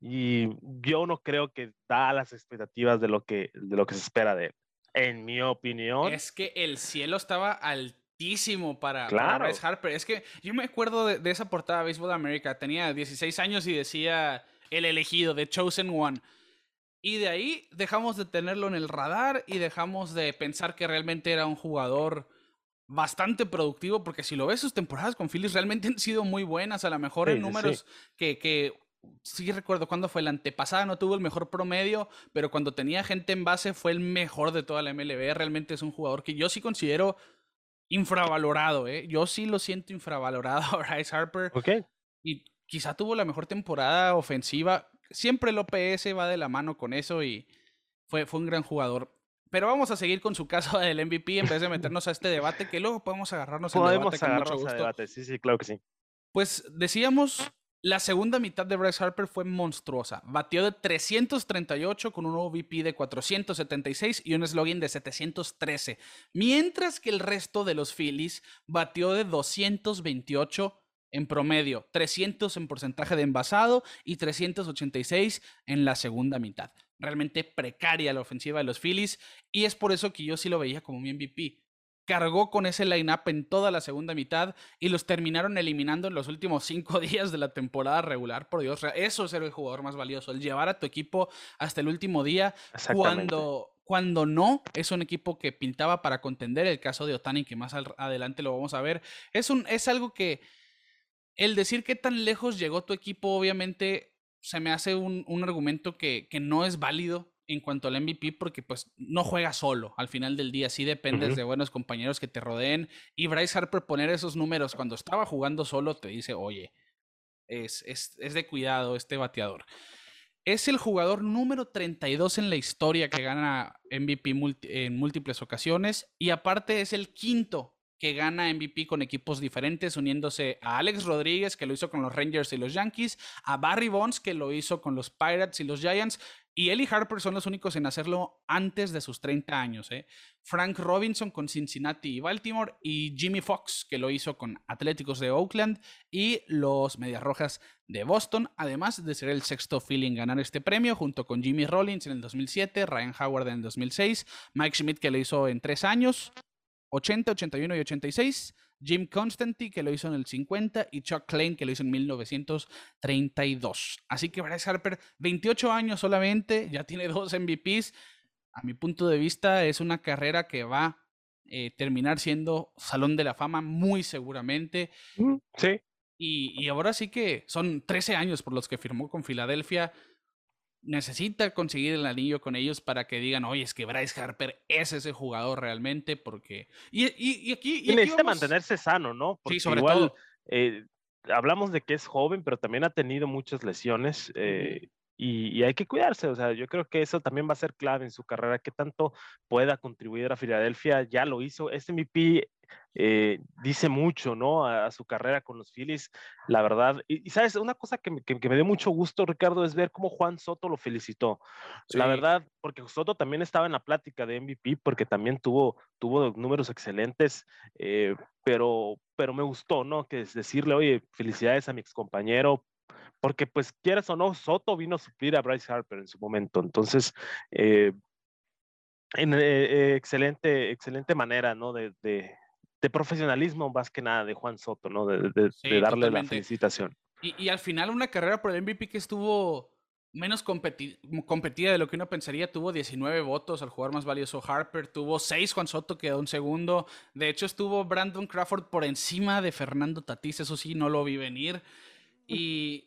y yo no creo que da las expectativas de lo que, de lo que se espera de él, en mi opinión. Es que el cielo estaba altísimo para, para Claro. Bryce Harper. Es que yo me acuerdo de, de esa portada de Baseball America. Tenía dieciséis años y decía el elegido, The Chosen One. Y de ahí dejamos de tenerlo en el radar y dejamos de pensar que realmente era un jugador bastante productivo, porque si lo ves, sus temporadas con Phillies realmente han sido muy buenas, a lo mejor Sí, en sí, números sí. que, que sí recuerdo cuándo fue la antepasada, no tuvo el mejor promedio, pero cuando tenía gente en base fue el mejor de toda la M L B. Realmente es un jugador que yo sí considero infravalorado, ¿eh? Yo sí lo siento infravalorado a Bryce Harper, Ok. y quizá tuvo la mejor temporada ofensiva. Siempre el O P S va de la mano con eso y fue, fue un gran jugador. Pero vamos a seguir con su caso del M V P en vez de meternos a este debate, que luego podemos agarrarnos el debate Podemos con mucho agarrarnos a gusto. debate, sí, sí, claro que sí. Pues decíamos, la segunda mitad de Bryce Harper fue monstruosa. Batió de trescientos treinta y ocho con un O V P de cuatrocientos setenta y seis y un slogan de setecientos trece. Mientras que el resto de los Phillies batió de doscientos veintiocho en promedio, trescientos en porcentaje de envasado y trescientos ochenta y seis en la segunda mitad. Realmente precaria la ofensiva de los Phillies, y es por eso que yo sí lo veía como mi M V P. Cargó con ese line-up en toda la segunda mitad y los terminaron eliminando en los últimos cinco días de la temporada regular. Por Dios, eso es ser el jugador más valioso, el llevar a tu equipo hasta el último día cuando, cuando no es un equipo que pintaba para contender. El caso de Ohtani, que más al, adelante lo vamos a ver, es, un, es algo que el decir qué tan lejos llegó tu equipo obviamente se me hace un, un argumento que, que no es válido en cuanto al M V P, porque pues no juega solo al final del día, sí dependes uh-huh. de buenos compañeros que te rodeen, y Bryce Harper poner esos números cuando estaba jugando solo te dice, oye, es, es, es de cuidado este bateador. Es el jugador número treinta y dos en la historia que gana M V P multi, en múltiples ocasiones, y aparte es el quinto que gana M V P con equipos diferentes, uniéndose a Alex Rodríguez, que lo hizo con los Rangers y los Yankees, a Barry Bonds, que lo hizo con los Pirates y los Giants, Y él y Harper son los únicos en hacerlo antes de sus treinta años. ¿eh? Frank Robinson con Cincinnati y Baltimore, y Jimmy Fox, que lo hizo con Atléticos de Oakland y los Medias Rojas de Boston, además de ser el sexto Philly en ganar este premio, junto con Jimmy Rollins en el dos mil siete, Ryan Howard en el dos mil seis, Mike Schmidt, que lo hizo en tres años, ochenta, ochenta y uno y ochenta y seis, Jim Constanti, que lo hizo en el cincuenta, y Chuck Klein, que lo hizo en mil novecientos treinta y dos. Así que Bryce Harper, veintiocho años solamente, ya tiene dos M V Ps. A mi punto de vista, es una carrera que va a eh, terminar siendo Salón de la Fama muy seguramente. Sí. Y, y ahora sí que son trece años por los que firmó con Filadelfia. Necesita conseguir el anillo con ellos para que digan, oye, es que Bryce Harper es ese jugador realmente, porque... Y, y, y aquí... Y, y aquí necesita vamos... mantenerse sano, ¿no? Porque sí, sobre igual, todo. Eh, hablamos de que es joven, pero también ha tenido muchas lesiones. Eh, uh-huh. Y, y hay que cuidarse, o sea, yo creo que eso también va a ser clave en su carrera, que tanto pueda contribuir a Filadelfia, ya lo hizo, este M V P eh, dice mucho, ¿no? A, a su carrera con los Phillies, la verdad, y, y sabes, una cosa que me, que, que me dio mucho gusto, Ricardo, es ver cómo Juan Soto lo felicitó, sí. La verdad, porque Soto también estaba en la plática de M V P, porque también tuvo, tuvo números excelentes, eh, pero, pero me gustó, ¿no? Que es decirle, oye, felicidades a mi excompañero, porque pues quieras o no, Soto vino a suplir a Bryce Harper en su momento, entonces eh, en eh, eh, excelente, excelente manera, ¿no? De, de, de profesionalismo más que nada de Juan Soto, ¿no? De, de, sí, de darle totalmente. La felicitación. Y, y al final una carrera por el M V P que estuvo menos competi competida de lo que uno pensaría, tuvo diecinueve votos al jugador más valioso Harper, tuvo seis Juan Soto, quedó un segundo, de hecho estuvo Brandon Crawford por encima de Fernando Tatís, eso sí, no lo vi venir, y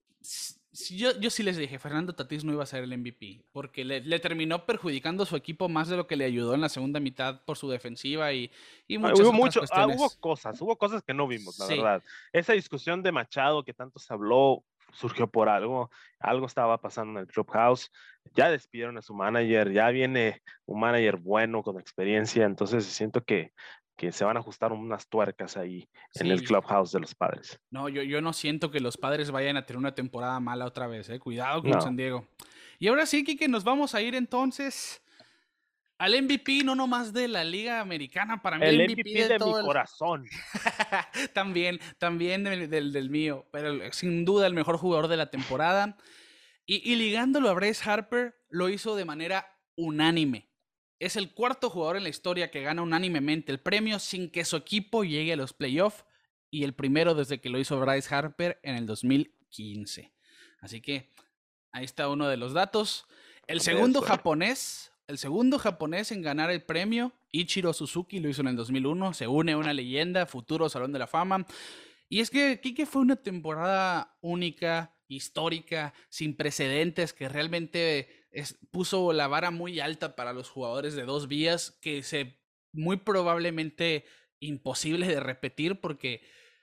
yo, yo sí les dije, Fernando Tatís no iba a ser el M V P, porque le, le terminó perjudicando a su equipo más de lo que le ayudó en la segunda mitad por su defensiva y, y muchas hubo otras mucho, cuestiones. Ah, hubo cosas, hubo cosas que no vimos, la sí. verdad. Esa discusión de Machado que tanto se habló surgió por algo, algo estaba pasando en el clubhouse, ya despidieron a su manager, ya viene un manager bueno con experiencia, entonces siento que que se van a ajustar unas tuercas ahí sí. en el clubhouse de los Padres. No, yo, yo no siento que los Padres vayan a tener una temporada mala otra vez, ¿eh? Cuidado con no. San Diego. Y ahora sí, Kike, nos vamos a ir entonces al M V P, no nomás de la Liga Americana, para mí el, el M V P, M V P de, de todo mi el... corazón. también, también del, del, del mío, pero sin duda el mejor jugador de la temporada. Y, y ligándolo a Bryce Harper, lo hizo de manera unánime. Es el cuarto jugador en la historia que gana unánimemente el premio sin que su equipo llegue a los playoffs y el primero desde que lo hizo Bryce Harper en el dos mil quince. Así que ahí está uno de los datos. El segundo japonés, el segundo japonés en ganar el premio, Ichiro Suzuki, lo hizo en el dos mil uno, se une a una leyenda, futuro Salón de la Fama. Y es que Kike fue una temporada única, histórica, sin precedentes, que realmente es, puso la vara muy alta para los jugadores de dos vías, que se muy probablemente imposible de repetir porque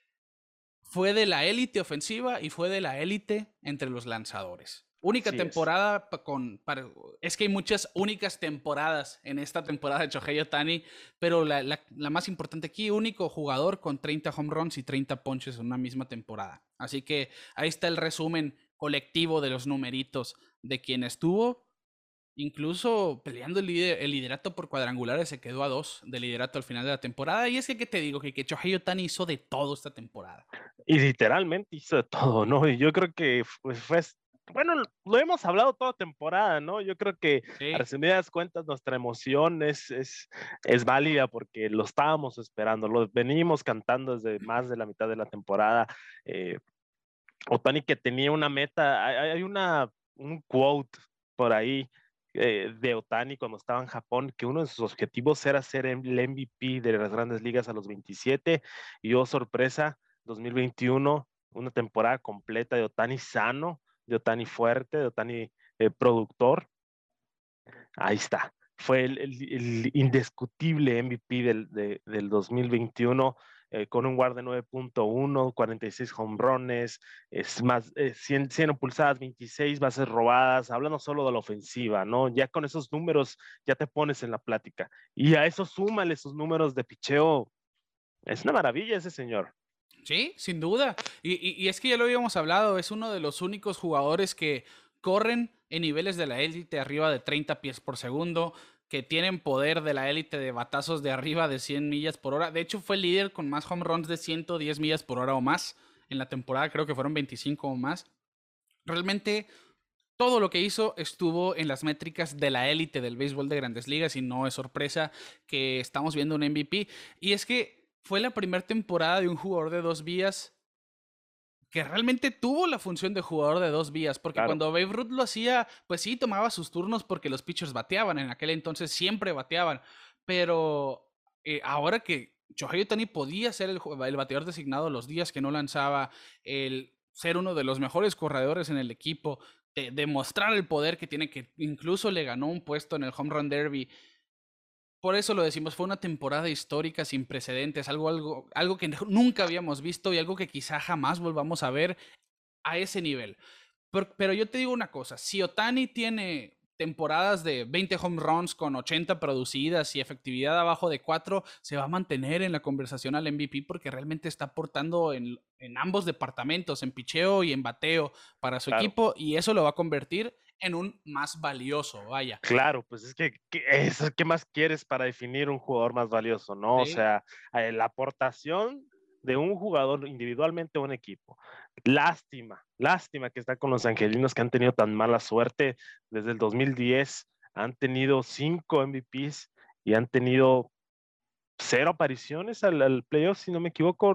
fue de la élite ofensiva y fue de la élite entre los lanzadores. Única sí temporada es. con... Para, es que hay muchas únicas temporadas en esta temporada de Shohei Ohtani, pero la, la, la más importante aquí, único jugador con treinta home runs y treinta ponches en una misma temporada. Así que ahí está el resumen colectivo de los numeritos de quien estuvo, incluso peleando el, lider, el liderato por cuadrangulares, se quedó a dos de liderato al final de la temporada. Y es que, ¿qué te digo? Que, que Shohei Ohtani hizo de todo esta temporada. Y literalmente hizo de todo, ¿no? Y yo creo que fue... fue bueno, lo hemos hablado toda temporada, ¿no? Yo creo que sí. A resumidas cuentas nuestra emoción es, es, es válida porque lo estábamos esperando, lo venimos cantando desde más de la mitad de la temporada. Eh, Ohtani que tenía una meta, hay, hay una, un quote por ahí eh, de Ohtani cuando estaba en Japón, que uno de sus objetivos era ser el M V P de las grandes ligas a los veintisiete, y oh sorpresa, dos mil veintiuno, una temporada completa de Ohtani sano, de Ohtani fuerte, de Ohtani eh, productor. Ahí está. Fue el, el, el indiscutible M V P del, de, del dos mil veintiuno, eh, con un WAR de nueve punto uno, cuarenta y seis home runs, es más, eh, cien, cien pulsadas, veintiséis bases robadas, hablando solo de la ofensiva, ¿no? Ya con esos números ya te pones en la plática. Y a eso súmale esos números de picheo. Es una maravilla ese señor. Sí, sin duda. Y, y, y es que ya lo habíamos hablado, es uno de los únicos jugadores que corren en niveles de la élite arriba de treinta pies por segundo, que tienen poder de la élite de batazos de arriba de cien millas por hora. De hecho, fue el líder con más home runs de ciento diez millas por hora o más en la temporada, creo que fueron veinticinco o más. Realmente todo lo que hizo estuvo en las métricas de la élite del béisbol de Grandes Ligas y no es sorpresa que estamos viendo un M V P. Y es que fue la primera temporada de un jugador de dos vías que realmente tuvo la función de jugador de dos vías, porque Claro. cuando Babe Ruth lo hacía, pues sí, tomaba sus turnos porque los pitchers bateaban, en aquel entonces siempre bateaban, pero eh, ahora que Shohei Ohtani podía ser el, ju- el bateador designado los días que no lanzaba, el ser uno de los mejores corredores en el equipo, de- demostrar el poder que tiene, que incluso le ganó un puesto en el Home Run Derby. Por eso lo decimos, fue una temporada histórica sin precedentes, algo, algo, algo que nunca habíamos visto y algo que quizá jamás volvamos a ver a ese nivel. Pero, pero yo te digo una cosa, si Ohtani tiene temporadas de veinte home runs con ochenta producidas y efectividad abajo de cuatro, se va a mantener en la conversación al M V P porque realmente está aportando en, en ambos departamentos, en picheo y en bateo para su Claro. equipo, y eso lo va a convertir en un más valioso, vaya. Claro, pues es que, que eso, ¿qué más quieres para definir un jugador más valioso, no? O Sí. sea, eh, la aportación de un jugador individualmente a un equipo. Lástima, lástima que está con los angelinos que han tenido tan mala suerte desde el dos mil diez. Han tenido cinco M V Ps y han tenido cero apariciones al, al playoff, si no me equivoco.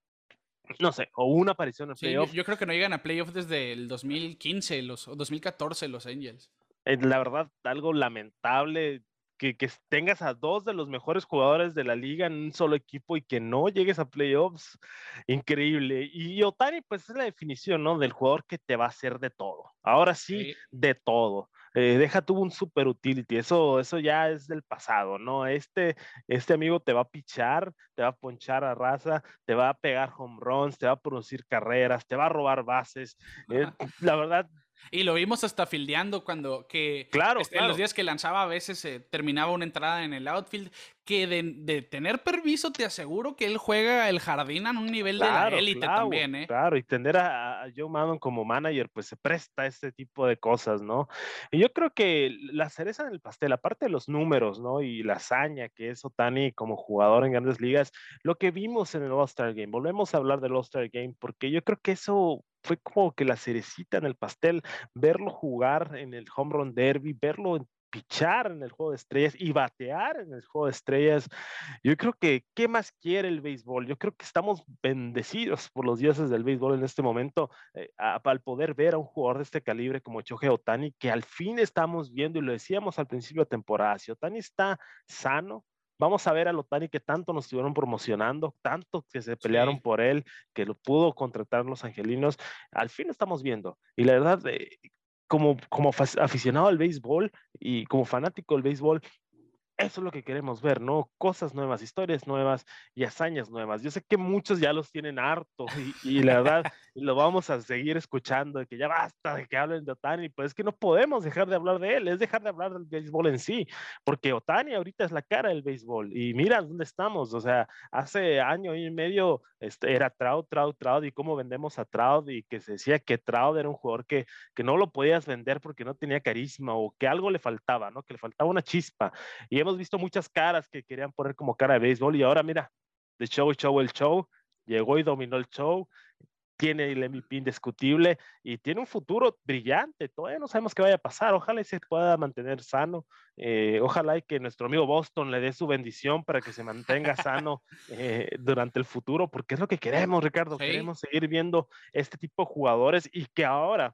No sé, o una aparición al Sí, yo, playoff. yo creo que no llegan a playoff desde el dos mil quince, los, o dos mil catorce los Angels. Eh, la verdad, algo lamentable que, que tengas a dos de los mejores jugadores de la liga en un solo equipo y que no llegues a playoffs. Increíble. Y Ohtani, pues es la definición, ¿no? Del jugador que te va a hacer de todo. Ahora sí, Sí. de todo. Eh, deja tuvo un super utility, eso, eso ya es del pasado, ¿no? Este, este amigo te va a pichar, te va a ponchar a raza, te va a pegar home runs, te va a producir carreras, te va a robar bases. Eh, la verdad, Y lo vimos hasta fildeando cuando que claro, este, en los claro. días que lanzaba a veces eh, terminaba una entrada en el outfield, que de, de tener permiso te aseguro que él juega el jardín a un nivel de la Claro, élite claro, también, ¿eh? claro, y tener a, a Joe Maddon como manager, pues se presta a este tipo de cosas, ¿no? Y yo creo que la cereza en el pastel, aparte de los números, ¿no? Y la hazaña que es Ohtani como jugador en grandes ligas, lo que vimos en el All-Star Game, volvemos a hablar del All-Star Game, porque yo creo que eso fue como que la cerecita en el pastel, verlo jugar en el Home Run Derby, verlo pichar en el juego de estrellas y batear en el juego de estrellas. Yo creo que, ¿qué más quiere el béisbol? Yo creo que estamos bendecidos por los dioses del béisbol en este momento, eh, a, al poder ver a un jugador de este calibre como Shohei Ohtani, que al fin estamos viendo, y lo decíamos al principio de temporada, si Ohtani está sano, vamos a ver al Ohtani que tanto nos estuvieron promocionando, tanto que se pelearon Sí. por él, que lo pudo contratar los angelinos, al fin lo estamos viendo. Y la verdad, eh, como, como aficionado al béisbol y como fanático del béisbol, eso es lo que queremos ver, ¿no? Cosas nuevas, historias nuevas y hazañas nuevas. Yo sé que muchos ya los tienen harto y, y la verdad lo vamos a seguir escuchando, de que ya basta de que hablen de Ohtani, pues es que no podemos dejar de hablar de él, es dejar de hablar del béisbol en sí, porque Ohtani ahorita es la cara del béisbol y mira dónde estamos, o sea, hace año y medio este, era Trout, Trout, Trout y cómo vendemos a Trout y que se decía que Trout era un jugador que, que no lo podías vender porque no tenía carisma o que algo le faltaba, ¿no? Que le faltaba una chispa. Y hemos visto muchas caras que querían poner como cara de béisbol y ahora mira, de show, show, el show, llegó y dominó el show, tiene el M V P indiscutible y tiene un futuro brillante. Todavía no sabemos qué vaya a pasar. Ojalá y se pueda mantener sano. Eh, ojalá y que nuestro amigo Boston le dé su bendición para que se mantenga sano eh, durante el futuro, porque es lo que queremos, Ricardo. Sí. Queremos seguir viendo este tipo de jugadores y que ahora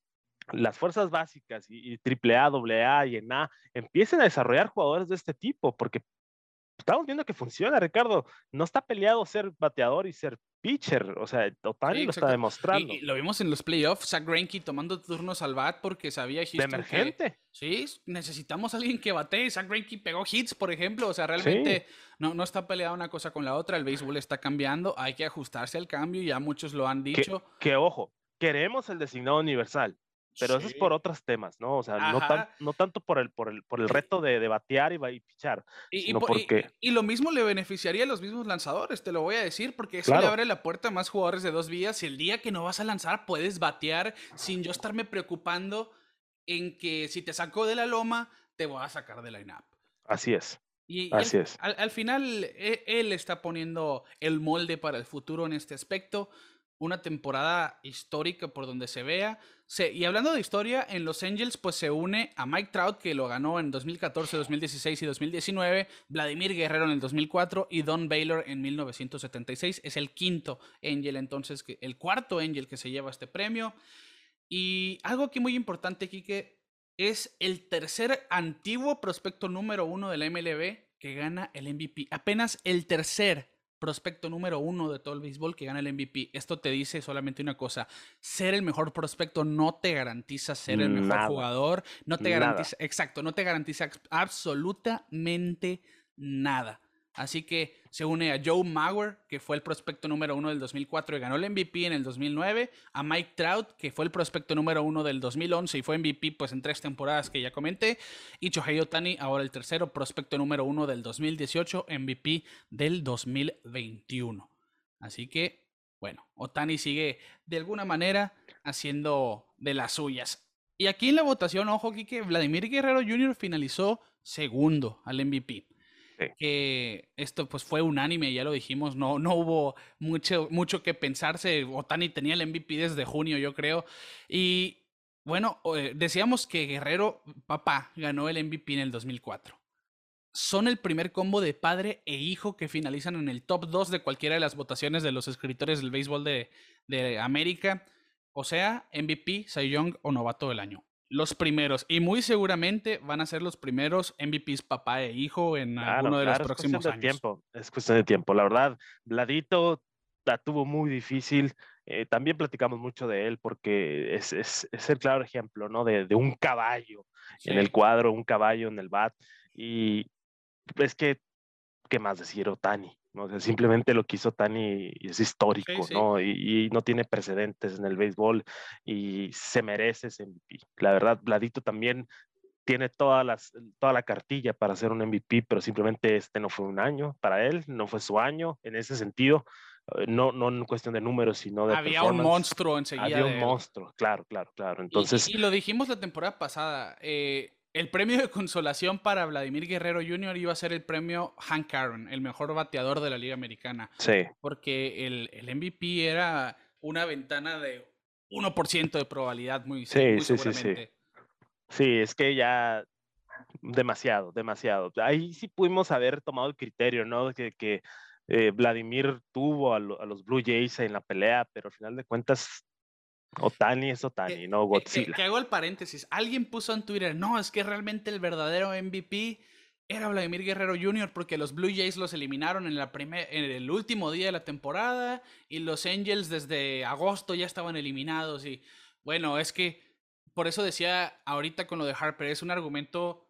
las fuerzas básicas y, y triple A, doble A y en A empiecen a desarrollar jugadores de este tipo, porque estamos viendo que funciona, Ricardo. No está peleado ser bateador y ser pitcher. O sea, Sí, Ohtani lo está exacto. Y, demostrando. y lo vimos en los playoffs, Zach Greinke tomando turnos al bat porque sabía De Houston que emergente. sí, necesitamos a alguien que batee. Zach Greinke pegó hits, por ejemplo. O sea, Sí. realmente no, no está peleada una cosa con la otra. El béisbol está cambiando, hay que ajustarse al cambio. Ya muchos lo han Que, dicho. que ojo, queremos el designado universal, pero eso es por Sí. otros temas, ¿no? O sea, no, tan, Ajá. no tanto por el, por el, por el Y, reto de, de batear y, y pichar, y, y sino po- y- porque, y lo mismo le beneficiaría a los mismos lanzadores, te lo voy a decir, porque eso le claro, abre la puerta a más jugadores de dos vías. Y el día que no vas a lanzar, puedes batear sin yo estarme preocupando en que si te sacó de la loma, te voy a sacar de line-up. Así es. Y, y Así al, es. al, al final, él, él está poniendo el molde para el futuro en este aspecto. Una temporada histórica por donde se vea. Se, y hablando de historia, en Los Angels pues se une a Mike Trout, que lo ganó en dos mil catorce, dos mil dieciséis y dos mil diecinueve, Vladimir Guerrero en el dos mil cuatro y Don Baylor en mil novecientos setenta y seis. Es el quinto Angel entonces, que, el cuarto Angel que se lleva este premio. Y algo aquí muy importante, Quique, es el tercer antiguo prospecto número uno de la M L B que gana el M V P. Apenas el tercer prospecto número uno de todo el béisbol que gana el M V P. Esto te dice solamente una cosa: ser el mejor prospecto no te garantiza ser el mejor Nada. jugador, no te Nada. garantiza, exacto, no te garantiza absolutamente nada. Así que se une a Joe Mauer, que fue el prospecto número uno del dos mil cuatro y ganó el M V P en el dos mil nueve, a Mike Trout, que fue el prospecto número uno del dos mil once y fue M V P pues en tres temporadas que ya comenté, y Shohei Ohtani, ahora el tercero, prospecto número uno del dos mil dieciocho, M V P del dos mil veintiuno. Así que, bueno, Ohtani sigue de alguna manera haciendo de las suyas. Y aquí en la votación, ojo, Quique, Vladimir Guerrero junior finalizó segundo al M V P. Sí. Que esto pues fue unánime, ya lo dijimos, no, no hubo mucho, mucho que pensarse. Ohtani tenía el M V P desde junio, yo creo. Y bueno, decíamos que Guerrero, papá, ganó el M V P en el dos mil cuatro. Son el primer combo de padre e hijo que finalizan en el top dos de cualquiera de las votaciones de los escritores del béisbol de, de América. O sea, M V P, Cy Young o novato del año. Los primeros, y muy seguramente van a ser los primeros M V Ps papá e hijo en claro, alguno de claro, los próximos es años. Tiempo, es cuestión de tiempo, la verdad. Vladito la tuvo muy difícil. Eh, también platicamos mucho de él porque es, es, es el claro ejemplo, ¿no? De, de un caballo sí. en el cuadro, un caballo en el bat. Y es que, ¿qué más decir? Ohtani, ¿no? O sea, simplemente lo que hizo Ohtani es histórico, sí, sí. ¿no? Y, y no tiene precedentes en el béisbol y se merece ese M V P. La verdad, Vladito también tiene todas las, toda la cartilla para ser un M V P, pero simplemente este no fue un año para él, no fue su año en ese sentido. No, no en cuestión de números, sino de Había un monstruo enseguida. Había un de monstruo, claro, claro, claro. Entonces, y, y, y lo dijimos la temporada pasada. Eh, el premio de consolación para Vladimir Guerrero junior iba a ser el premio Hank Aaron, el mejor bateador de la Liga Americana. Sí. Porque el, el M V P era una ventana de uno por ciento de probabilidad, muy, sí, muy sí, seguramente. Sí, sí. sí, es que ya demasiado, demasiado. Ahí sí pudimos haber tomado el criterio, ¿no? Que, que eh, Vladimir tuvo a, lo, a los Blue Jays en la pelea, pero al final de cuentas Ohtani es Ohtani, que, no Godzilla. Que, que hago el paréntesis. Alguien puso en Twitter, no, es que realmente el verdadero M V P era Vladimir Guerrero junior porque los Blue Jays los eliminaron en, la primer, en el último día de la temporada y los Angels desde agosto ya estaban eliminados. Y bueno, es que por eso decía ahorita con lo de Harper, es un argumento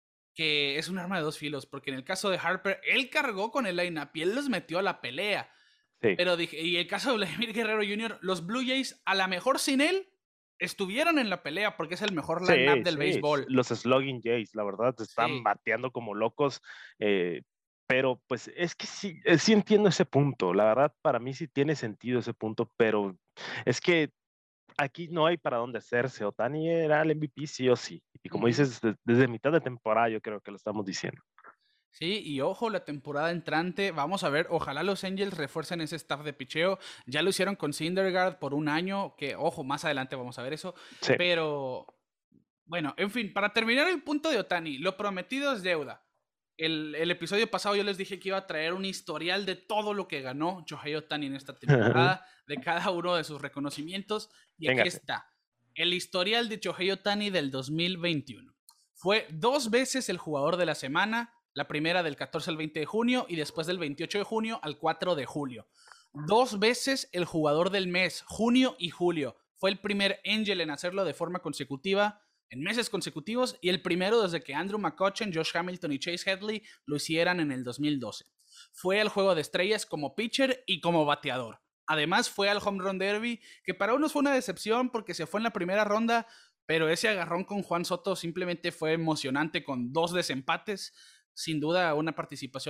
que es un arma de dos filos, porque en el caso de Harper, él cargó con el line-up y él los metió a la pelea. Sí. Pero dije, y el caso de Vladimir Guerrero junior, los Blue Jays, a lo mejor sin él, estuvieron en la pelea porque es el mejor line-up sí, del sí. béisbol. Los Slugging Jays, la verdad, están sí. bateando como locos. Eh, pero pues es que sí, sí entiendo ese punto. La verdad, para mí sí tiene sentido ese punto, pero es que aquí no hay para dónde hacerse. Ohtani era el M V P sí o sí. Y como uh-huh. dices, desde, desde mitad de temporada yo creo que lo estamos diciendo. Sí, y ojo, la temporada entrante, vamos a ver, ojalá los Angels refuercen ese staff de picheo. Ya lo hicieron con Syndergaard por un año, que ojo, más adelante vamos a ver eso. Sí. Pero, bueno, en fin, para terminar el punto de Ohtani, lo prometido es deuda. El, el episodio pasado yo les dije que iba a traer un historial de todo lo que ganó Shohei Ohtani en esta temporada, de cada uno de sus reconocimientos. Y aquí Véngase. está, el historial de Shohei Ohtani del dos mil veintiuno. Fue dos veces el jugador de la semana, la primera del catorce al veinte de junio y después del veintiocho de junio al cuatro de julio. Dos veces el jugador del mes, junio y julio. Fue el primer Angel en hacerlo de forma consecutiva, en meses consecutivos, y el primero desde que Andrew McCutchen, Josh Hamilton y Chase Headley lo hicieran en el dos mil doce. Fue al Juego de Estrellas como pitcher y como bateador. Además fue al Home Run Derby, que para unos fue una decepción porque se fue en la primera ronda, pero ese agarrón con Juan Soto simplemente fue emocionante con dos desempates. Sin duda una participación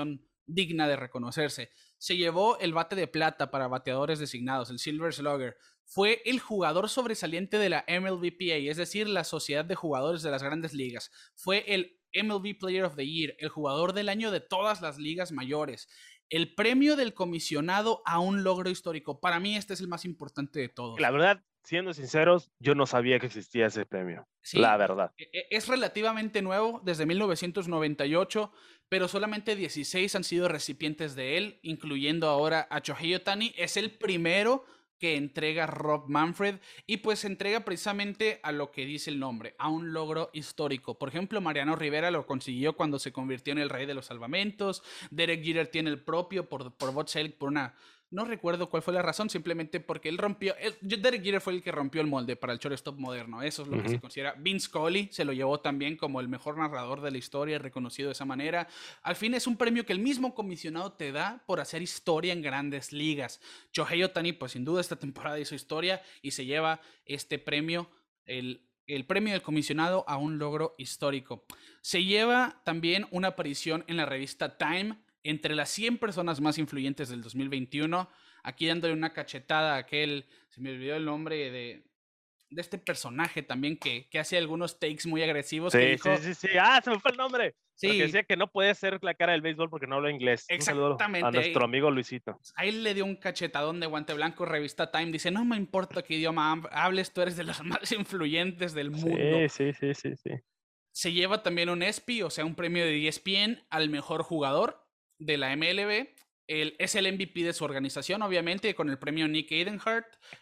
digna de reconocerse. Se llevó el bate de plata para bateadores designados, el Silver Slugger. Fue el jugador sobresaliente de la M L B P A, es decir, la Sociedad de Jugadores de las Grandes Ligas. Fue el M L B Player of the Year, el jugador del año de todas las ligas mayores. El premio del comisionado a un logro histórico. Para mí este es el más importante de todos. La verdad, siendo sinceros, yo no sabía que existía ese premio. Sí, la verdad. Es relativamente nuevo, desde mil novecientos noventa y ocho, pero solamente dieciséis han sido recipientes de él, incluyendo ahora a Shohei Ohtani. Es el primero que entrega Rob Manfred, y pues se entrega precisamente a lo que dice el nombre, a un logro histórico. Por ejemplo, Mariano Rivera lo consiguió cuando se convirtió en el rey de los salvamentos. Derek Jeter tiene el propio por, por Bud Selig, por una... No recuerdo cuál fue la razón, simplemente porque él rompió... Él, Derek Jeter fue el que rompió el molde para el shortstop moderno. Eso es lo uh-huh. que se considera. Vince Scully se lo llevó también como el mejor narrador de la historia, reconocido de esa manera. Al fin es un premio que el mismo comisionado te da por hacer historia en grandes ligas. Shohei Ohtani, pues sin duda esta temporada hizo historia y se lleva este premio, el... el premio del comisionado a un logro histórico. Se lleva también una aparición en la revista Time entre las cien personas más influyentes del dos mil veintiuno. Aquí dándole una cachetada a aquel, se me olvidó el nombre de, de este personaje también que, que hace algunos takes muy agresivos. Sí, que dijo, sí, sí, sí. Ah, se me fue el nombre. Sí. Porque decía que no puede ser la cara del béisbol porque no habla inglés. Exactamente. Un a nuestro amigo Luisito. Ahí le dio un cachetadón de guante blanco. Revista Time dice, no me importa qué idioma hables, tú eres de los más influyentes del mundo. Sí, sí, sí, sí, sí. Se lleva también un ESPY, o sea, un premio de E S P N al mejor jugador de la M L B. El, es el M V P de su organización, obviamente, con el premio Nick Edenhart.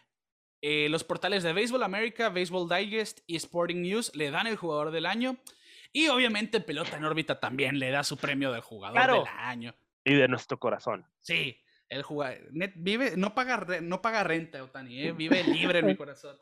Eh, los portales de Baseball America, Baseball Digest y Sporting News le dan el jugador del año. Y obviamente Pelota en órbita también le da su premio del jugador claro. del año. Y de nuestro corazón. Sí, el jugador net, vive, no paga, no paga renta, Ohtani, ¿eh? Vive libre en mi corazón.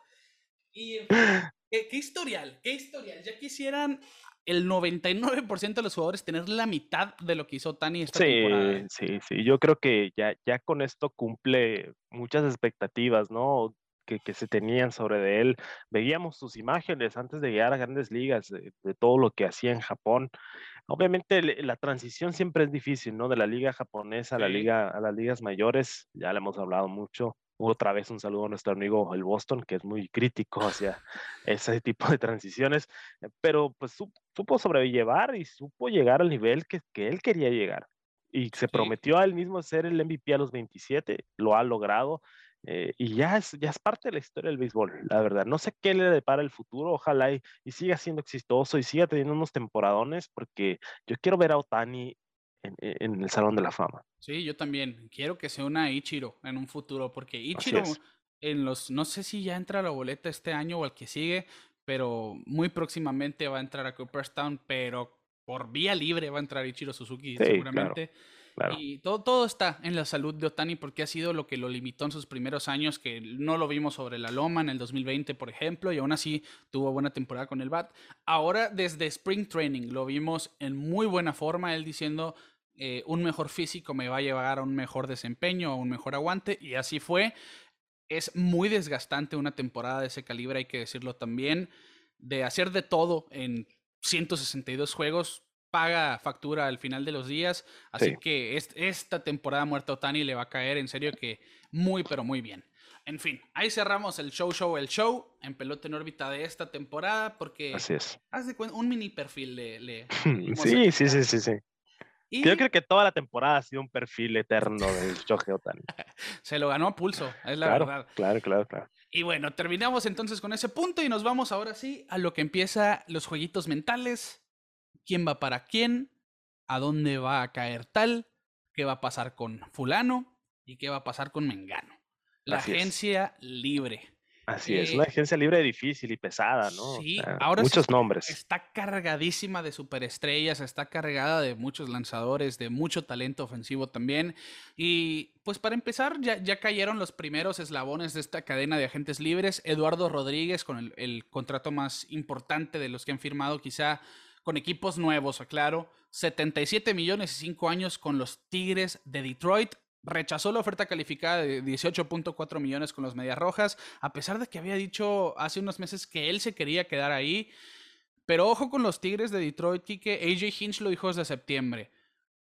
Y ¿qué, qué historial, qué historial. Ya quisieran el noventa y nueve por ciento de los jugadores tener la mitad de lo que hizo Ohtani esta sí, temporada. Sí, sí, yo creo que ya, ya con esto cumple muchas expectativas, ¿no? Que, que se tenían sobre de él. Veíamos sus imágenes antes de llegar a Grandes Ligas, de, de todo lo que hacía en Japón. Obviamente la transición siempre es difícil, ¿no? De la liga japonesa a la Sí. liga, a las ligas mayores, ya le hemos hablado mucho. Otra vez un saludo a nuestro amigo el Boston, que es muy crítico hacia ese tipo de transiciones, pero pues supo sobrellevar y supo llegar al nivel que, que él quería llegar. Y se sí. prometió a él mismo ser el M V P a los veintisiete, lo ha logrado. Eh, y ya es, ya es parte de la historia del béisbol, la verdad. No sé qué le depara el futuro, ojalá y, y siga siendo exitoso y siga teniendo unos temporadones, porque yo quiero ver a Ohtani en, en el Salón de la Fama. Sí, yo también. Quiero que sea una Ichiro en un futuro, porque Ichiro, en los, no sé si ya entra a la boleta este año o al que sigue, pero muy próximamente va a entrar a Cooperstown, pero por vía libre va a entrar Ichiro Suzuki, sí, seguramente. Claro. Claro. Y todo, todo está en la salud de Ohtani, porque ha sido lo que lo limitó en sus primeros años, que no lo vimos sobre la loma en el dos mil veinte, por ejemplo, y aún así tuvo buena temporada con el bat. Ahora, desde Spring Training, lo vimos en muy buena forma, él diciendo, eh, un mejor físico me va a llevar a un mejor desempeño, a un mejor aguante, y así fue. Es muy desgastante una temporada de ese calibre, hay que decirlo también, de hacer de todo en ciento sesenta y dos juegos, paga factura al final de los días, así sí. que es, esta temporada muerta Ohtani le va a caer en serio que muy pero muy bien. En fin, ahí cerramos el show show el show en Pelota en órbita de esta temporada, porque así es. Haz de cuenta, un mini perfil le, le sí, sí, sí, sí, sí. Y... yo creo que toda la temporada ha sido un perfil eterno del Shohei Ohtani. Se lo ganó a pulso, es la claro, verdad. Claro, claro, claro. Y bueno, terminamos entonces con ese punto y nos vamos ahora sí a lo que empieza los jueguitos mentales. ¿Quién va para quién? ¿A dónde va a caer tal? ¿Qué va a pasar con fulano? ¿Y qué va a pasar con mengano? La Así agencia es. libre. Así eh, es, una agencia libre difícil y pesada, ¿no? Sí, o sea, ahora muchos está, nombres. Está cargadísima de superestrellas, está cargada de muchos lanzadores, de mucho talento ofensivo también. Y pues para empezar, ya, ya cayeron los primeros eslabones de esta cadena de agentes libres. Eduardo Rodríguez, con el, el contrato más importante de los que han firmado, quizá con equipos nuevos, aclaro, setenta y siete millones y cinco años con los Tigres de Detroit. Rechazó la oferta calificada de dieciocho punto cuatro millones con los Medias Rojas, a pesar de que había dicho hace unos meses que él se quería quedar ahí. Pero ojo con los Tigres de Detroit, Quique. A J Hinch lo dijo desde septiembre.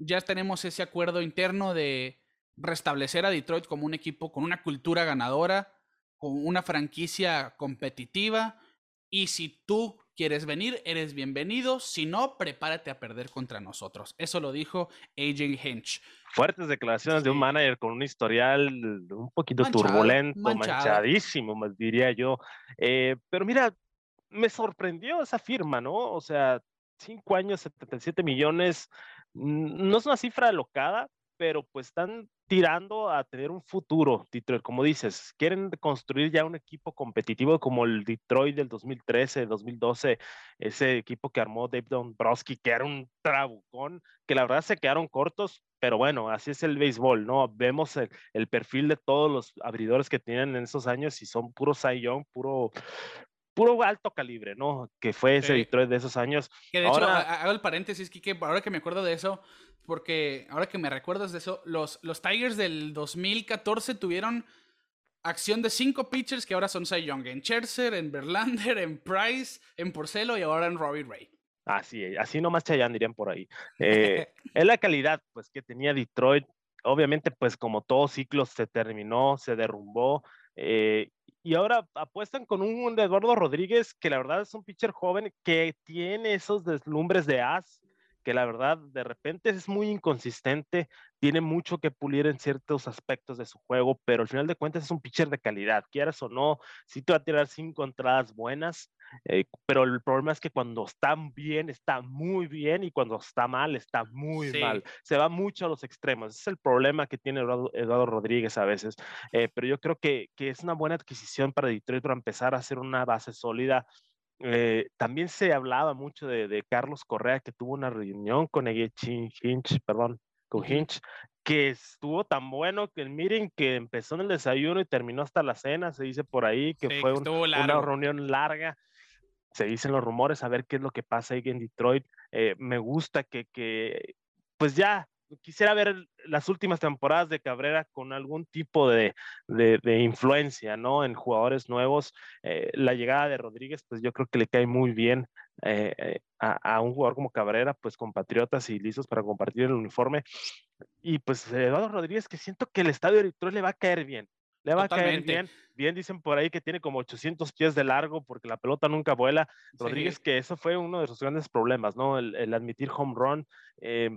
ya tenemos ese acuerdo interno de restablecer a Detroit como un equipo con una cultura ganadora, con una franquicia competitiva. Y si tú quieres venir, eres bienvenido. Si no, prepárate a perder contra nosotros. Eso lo dijo A J Hinch. Fuertes declaraciones Sí. de un manager con un historial un poquito Manchado, turbulento, manchado. manchadísimo, más diría yo. Eh, pero mira, me sorprendió esa firma, ¿no? O sea, cinco años, setenta y siete millones, mm, no es una cifra alocada, pero pues están tirando a tener un futuro, Detroit, como dices, quieren construir ya un equipo competitivo como el Detroit del dos mil trece, dos mil doce, ese equipo que armó Dave Dombrowski, que era un trabucón, que la verdad se quedaron cortos, pero bueno, así es el béisbol, ¿no? Vemos el, el perfil de todos los abridores que tienen en esos años y son puro Cy Young, puro, puro alto calibre, ¿no? Que fue ese Sí. Detroit de esos años. Que de Ahora, hecho, ha- hago el paréntesis, Kike, ahora que me acuerdo de eso, porque ahora que me recuerdas de eso, los, los Tigers del dos mil catorce tuvieron acción de cinco pitchers que ahora son Cy Young, en Scherzer, en Verlander, en Price, en Porcello y ahora en Robbie Ray. así, así nomás Chayanne dirían por ahí. Eh, es la calidad, pues, que tenía Detroit. Obviamente, pues, como todo ciclo se terminó, se derrumbó. Eh, y ahora apuestan con un Eduardo Rodríguez, que la verdad es un pitcher joven que tiene esos deslumbres de as, que la verdad de repente es muy inconsistente, tiene mucho que pulir en ciertos aspectos de su juego, pero al final de cuentas es un pitcher de calidad, quieras o no, sí te va a tirar cinco entradas buenas, eh, pero el problema es que cuando está bien, está muy bien, y cuando está mal, está muy Sí. mal. Se va mucho a los extremos. Ese es el problema que tiene Eduardo, Eduardo Rodríguez a veces. Eh, pero yo creo que, que es una buena adquisición para Detroit para empezar a hacer una base sólida. Eh, también se hablaba mucho de, de Carlos Correa, que tuvo una reunión con Hinch, perdón, con Ujú. Hinch, que estuvo tan bueno que el meeting que empezó en el desayuno y terminó hasta la cena, se dice por ahí, que Sí, fue que un, estuvo una largo. reunión larga. Se dicen los rumores, a ver qué es lo que pasa ahí en Detroit. Eh, me gusta que, que, pues ya, quisiera ver las últimas temporadas de Cabrera con algún tipo de, de, de influencia, ¿no? En jugadores nuevos. Eh, la llegada de Rodríguez, pues yo creo que le cae muy bien eh, eh, a, a, un jugador como Cabrera, pues compatriotas y listos para compartir el uniforme. Y pues Eduardo Rodríguez, que siento que el estadio de Detroit le va a caer bien. Le va a caer Totalmente. bien. Bien dicen por ahí que tiene como ochocientos pies de largo porque la pelota nunca vuela. Rodríguez, Sí. que eso fue uno de sus grandes problemas, ¿no? El, el admitir home run. Eh,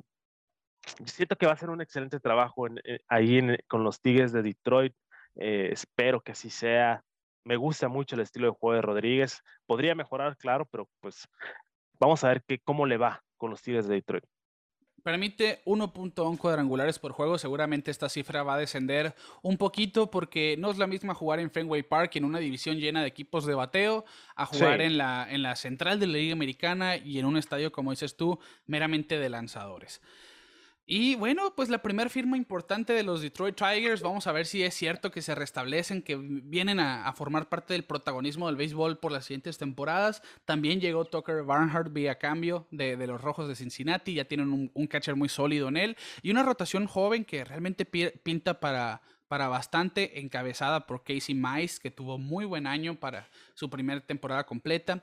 siento que va a ser un excelente trabajo en, eh, ahí en, con los Tigres de Detroit. Eh, espero que así sea. Me gusta mucho el estilo de juego de Rodríguez. Podría mejorar, claro, pero pues vamos a ver qué, cómo le va con los Tigres de Detroit. Permite uno punto uno cuadrangulares por juego. Seguramente esta cifra va a descender un poquito porque no es la misma jugar en Fenway Park en una división llena de equipos de bateo a jugar Sí. en la, en la central de la Liga Americana y en un estadio, como dices tú, meramente de lanzadores. Y bueno, pues la primera firma importante de los Detroit Tigers, vamos a ver si es cierto que se restablecen, que vienen a, a formar parte del protagonismo del béisbol por las siguientes temporadas. También llegó Tucker Barnhart vía cambio de, de los Rojos de Cincinnati, ya tienen un, un catcher muy sólido en él y una rotación joven que realmente pi- pinta para, para bastante, encabezada por Casey Mize, que tuvo muy buen año para su primera temporada completa.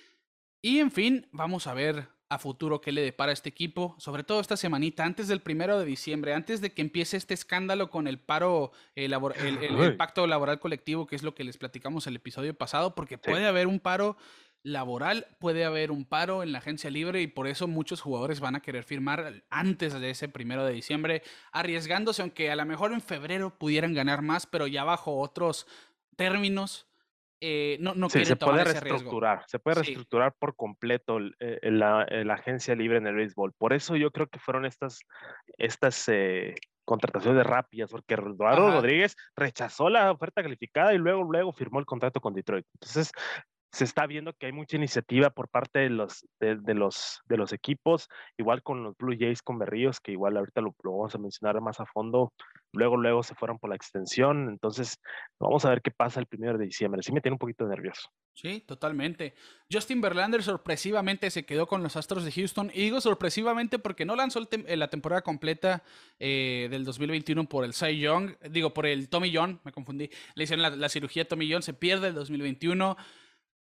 Y en fin, vamos a ver a futuro qué le depara a este equipo, sobre todo esta semanita, antes del primero de diciembre, antes de que empiece este escándalo con el paro, el, labor, el, el, el pacto laboral colectivo, que es lo que les platicamos el episodio pasado, porque Sí. puede haber un paro laboral, puede haber un paro en la agencia libre y por eso muchos jugadores van a querer firmar antes de ese primero de diciembre, arriesgándose, aunque a lo mejor en febrero pudieran ganar más, pero ya bajo otros términos. Eh, no, no Sí, quieren se puede tomar ese riesgo. reestructurar, se puede Sí. reestructurar por completo el- el- la, la agencia libre en el béisbol. Por eso yo creo que fueron estas, estas eh, contrataciones rápidas, porque Eduardo Ajá. Rodríguez rechazó la oferta calificada y luego, luego firmó el contrato con Detroit. Entonces, se está viendo que hay mucha iniciativa por parte de los, de, de los, de los equipos, igual con los Blue Jays con Berríos, que igual ahorita lo, lo vamos a mencionar más a fondo. Luego, luego se fueron por la extensión. Entonces, vamos a ver qué pasa el primero de diciembre. Sí me tiene un poquito nervioso. Sí, totalmente. Justin Verlander sorpresivamente se quedó con los Astros de Houston. Y digo sorpresivamente porque no lanzó el tem la temporada completa eh, del dos mil veintiuno por el Cy Young. Digo, por el Tommy John, me confundí. Le hicieron la, la cirugía a Tommy John, se pierde el dos mil veintiuno.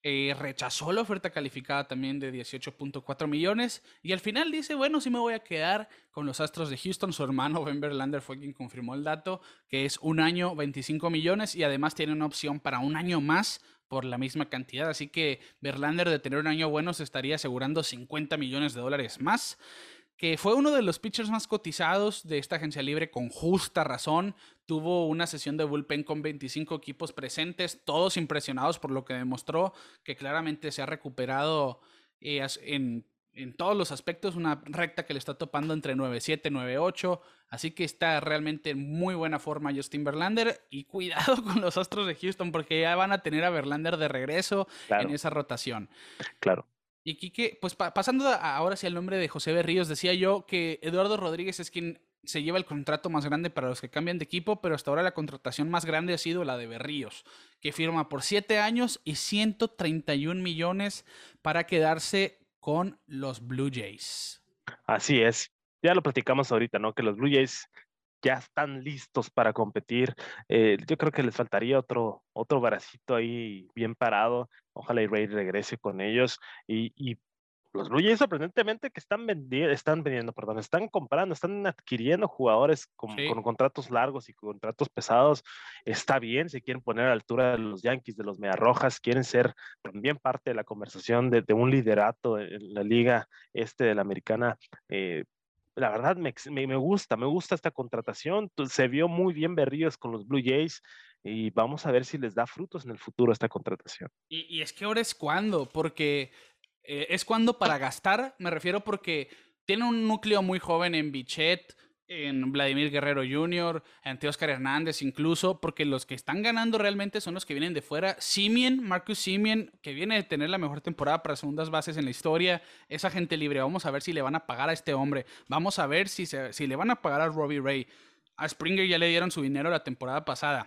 eh, rechazó la oferta calificada también de dieciocho punto cuatro millones y al final dice, bueno, sí me voy a quedar con los Astros de Houston. Su hermano Ben Verlander fue quien confirmó el dato, que es un año, veinticinco millones y además tiene una opción para un año más por la misma cantidad. Así que Verlander, de tener un año bueno, se estaría asegurando cincuenta millones de dólares más, que fue uno de los pitchers más cotizados de esta agencia libre con justa razón. Tuvo una sesión de bullpen con veinticinco equipos presentes, todos impresionados por lo que demostró, que claramente se ha recuperado eh, en, en todos los aspectos, una recta que le está topando entre nueve siete, nueve ocho, así que está realmente en muy buena forma Justin Verlander, y cuidado con los Astros de Houston porque ya van a tener a Verlander de regreso en Claro, esa rotación. claro. Y Quique, pues pa pasando a, ahora sí al nombre de José Berríos, decía yo que Eduardo Rodríguez es quien se lleva el contrato más grande para los que cambian de equipo, pero hasta ahora la contratación más grande ha sido la de Berríos, que firma por siete años y ciento treinta y un millones para quedarse con los Blue Jays. Así es. Ya lo platicamos ahorita, ¿no? Que los Blue Jays ya están listos para competir. Eh, yo creo que les faltaría otro, otro bracito ahí bien parado. Ojalá y Ray regrese con ellos. Y, y los Blue Jays, sorprendentemente, que están, vendi están vendiendo, perdón, están comprando, están adquiriendo jugadores con, Sí. con contratos largos y contratos pesados. Está bien, se quieren poner a la altura de los Yankees, de los Mediarrojas, quieren ser también parte de la conversación de, de un liderato en la liga este de la americana. Eh, la verdad me, me, me, gusta, me gusta esta contratación. Se vio muy bien Berríos con los Blue Jays y vamos a ver si les da frutos en el futuro esta contratación. Y, y es que ahora es cuando, porque eh, es cuando para gastar, me refiero porque tiene un núcleo muy joven en Bichette, en Vladimir Guerrero junior, en Teóscar Hernández incluso, porque los que están ganando realmente son los que vienen de fuera. Semien, Marcus Semien, que viene de tener la mejor temporada para segundas bases en la historia, es agente libre. Vamos a ver si le van a pagar a este hombre. Vamos a ver si, se, si le van a pagar a Robbie Ray. A Springer ya le dieron su dinero la temporada pasada.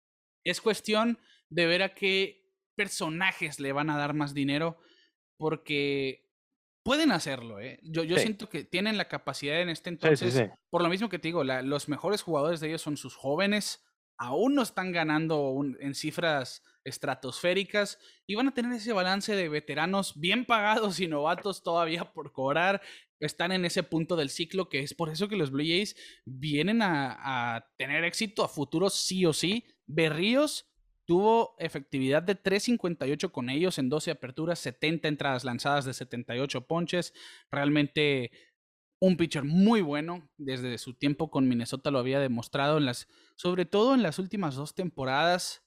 Es cuestión de ver a qué personajes le van a dar más dinero, porque pueden hacerlo, ¿eh? Yo, yo Sí, siento que tienen la capacidad en este sí, sí, entonces, sí. por lo mismo que te digo, la, los mejores jugadores de ellos son sus jóvenes, aún no están ganando un, en cifras estratosféricas, y van a tener ese balance de veteranos bien pagados y novatos todavía por cobrar. Están en ese punto del ciclo, que es por eso que los Blue Jays vienen a, a tener éxito a futuro sí o sí. Berríos tuvo efectividad de tres cincuenta y ocho con ellos en doce aperturas, setenta entradas lanzadas de setenta y ocho ponches. Realmente un pitcher muy bueno. Desde su tiempo con Minnesota lo había demostrado, en las, sobre todo en las últimas dos temporadas.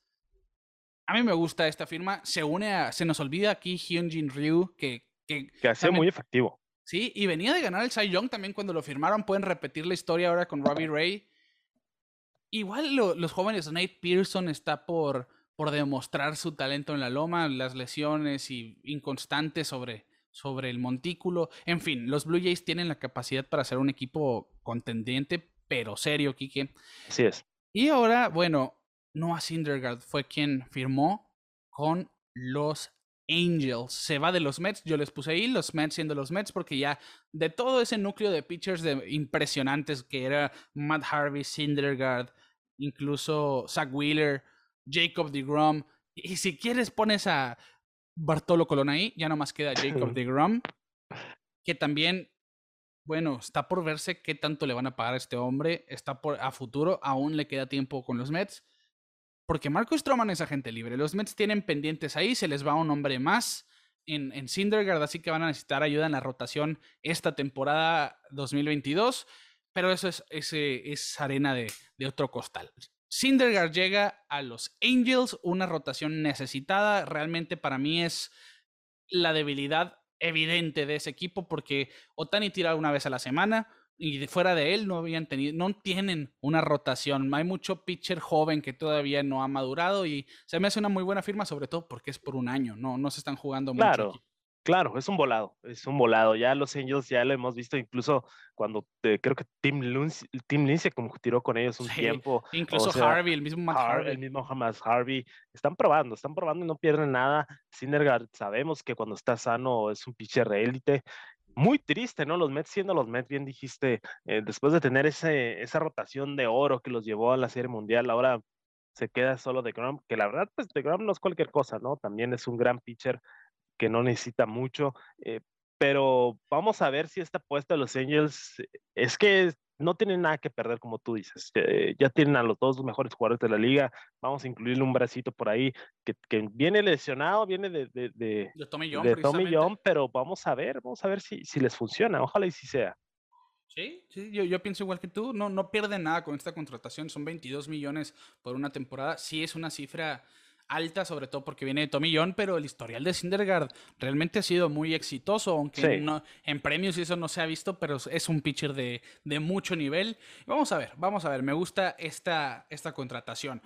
A mí me gusta esta firma. Se une a, se nos olvida aquí Hyunjin Ryu, que, que Que ha sido también, muy efectivo. sí, y venía de ganar el Cy Young también cuando lo firmaron. Pueden repetir la historia ahora con Robbie Ray. Igual lo, los jóvenes, Nate Pearson está por, por demostrar su talento en la loma, las lesiones y inconstantes sobre, sobre el montículo. En fin, los Blue Jays tienen la capacidad para ser un equipo contendiente, pero serio, Quique. Así es. Y ahora, bueno, Noah Syndergaard fue quien firmó con los Angels. Se va de los Mets, yo les puse ahí los Mets siendo los Mets, porque ya de todo ese núcleo de pitchers de impresionantes que era Matt Harvey, Syndergaard, incluso Zach Wheeler, Jacob deGrom, y si quieres pones a Bartolo Colón ahí, ya nomás queda Jacob deGrom, que también, bueno, está por verse qué tanto le van a pagar a este hombre, está por a futuro, aún le queda tiempo con los Mets, porque Marcus Stroman es agente libre. Los Mets tienen pendientes ahí, se les va un hombre más en, en Syndergaard, así que van a necesitar ayuda en la rotación esta temporada dos mil veintidós, pero eso es, ese, es arena de, de otro costal. Syndergaard llega a los Angels, una rotación necesitada. Realmente para mí es la debilidad evidente de ese equipo, porque Ohtani tira una vez a la semana y de fuera de él no habían tenido, no tienen una rotación. Hay mucho pitcher joven que todavía no ha madurado y se me hace una muy buena firma, sobre todo porque es por un año, no, no se están jugando mucho Claro, aquí. claro, es un volado, es un volado. Ya los Angels ya lo hemos visto incluso cuando eh, creo que Tim Lindsay, Tim Lindsay como que tiró con ellos un Sí, tiempo, o incluso sea, Harvey, el mismo Matt Har- el Harvey. mismo Hamas Harvey, están probando, están probando y no pierden nada. Syndergaard sabemos que cuando está sano es un pitcher de élite. Muy triste, ¿no? Los Mets siendo los Mets, bien dijiste, eh, después de tener ese, esa rotación de oro que los llevó a la Serie Mundial, ahora se queda solo DeGrom, que la verdad, pues DeGrom no es cualquier cosa, ¿no? También es un gran pitcher que no necesita mucho, eh, pero vamos a ver si esta apuesta de los Angels es que no tienen nada que perder, como tú dices. Eh, ya tienen a los dos mejores jugadores de la liga. Vamos a incluirle un bracito por ahí que, que viene lesionado, viene de, de, de, De Tommy John, de Tommy precisamente. John, pero vamos a ver, vamos a ver si, si les funciona. Ojalá y si sea. Sí, sí, yo, yo pienso igual que tú. No, no pierden nada con esta contratación. Son veintidós millones por una temporada. Sí es una cifra alta, sobre todo porque viene de Tommy John, pero el historial de Syndergaard realmente ha sido muy exitoso, aunque Sí. no, en premios y eso no se ha visto, pero es un pitcher de, de mucho nivel. Vamos a ver, vamos a ver. Me gusta esta, esta contratación.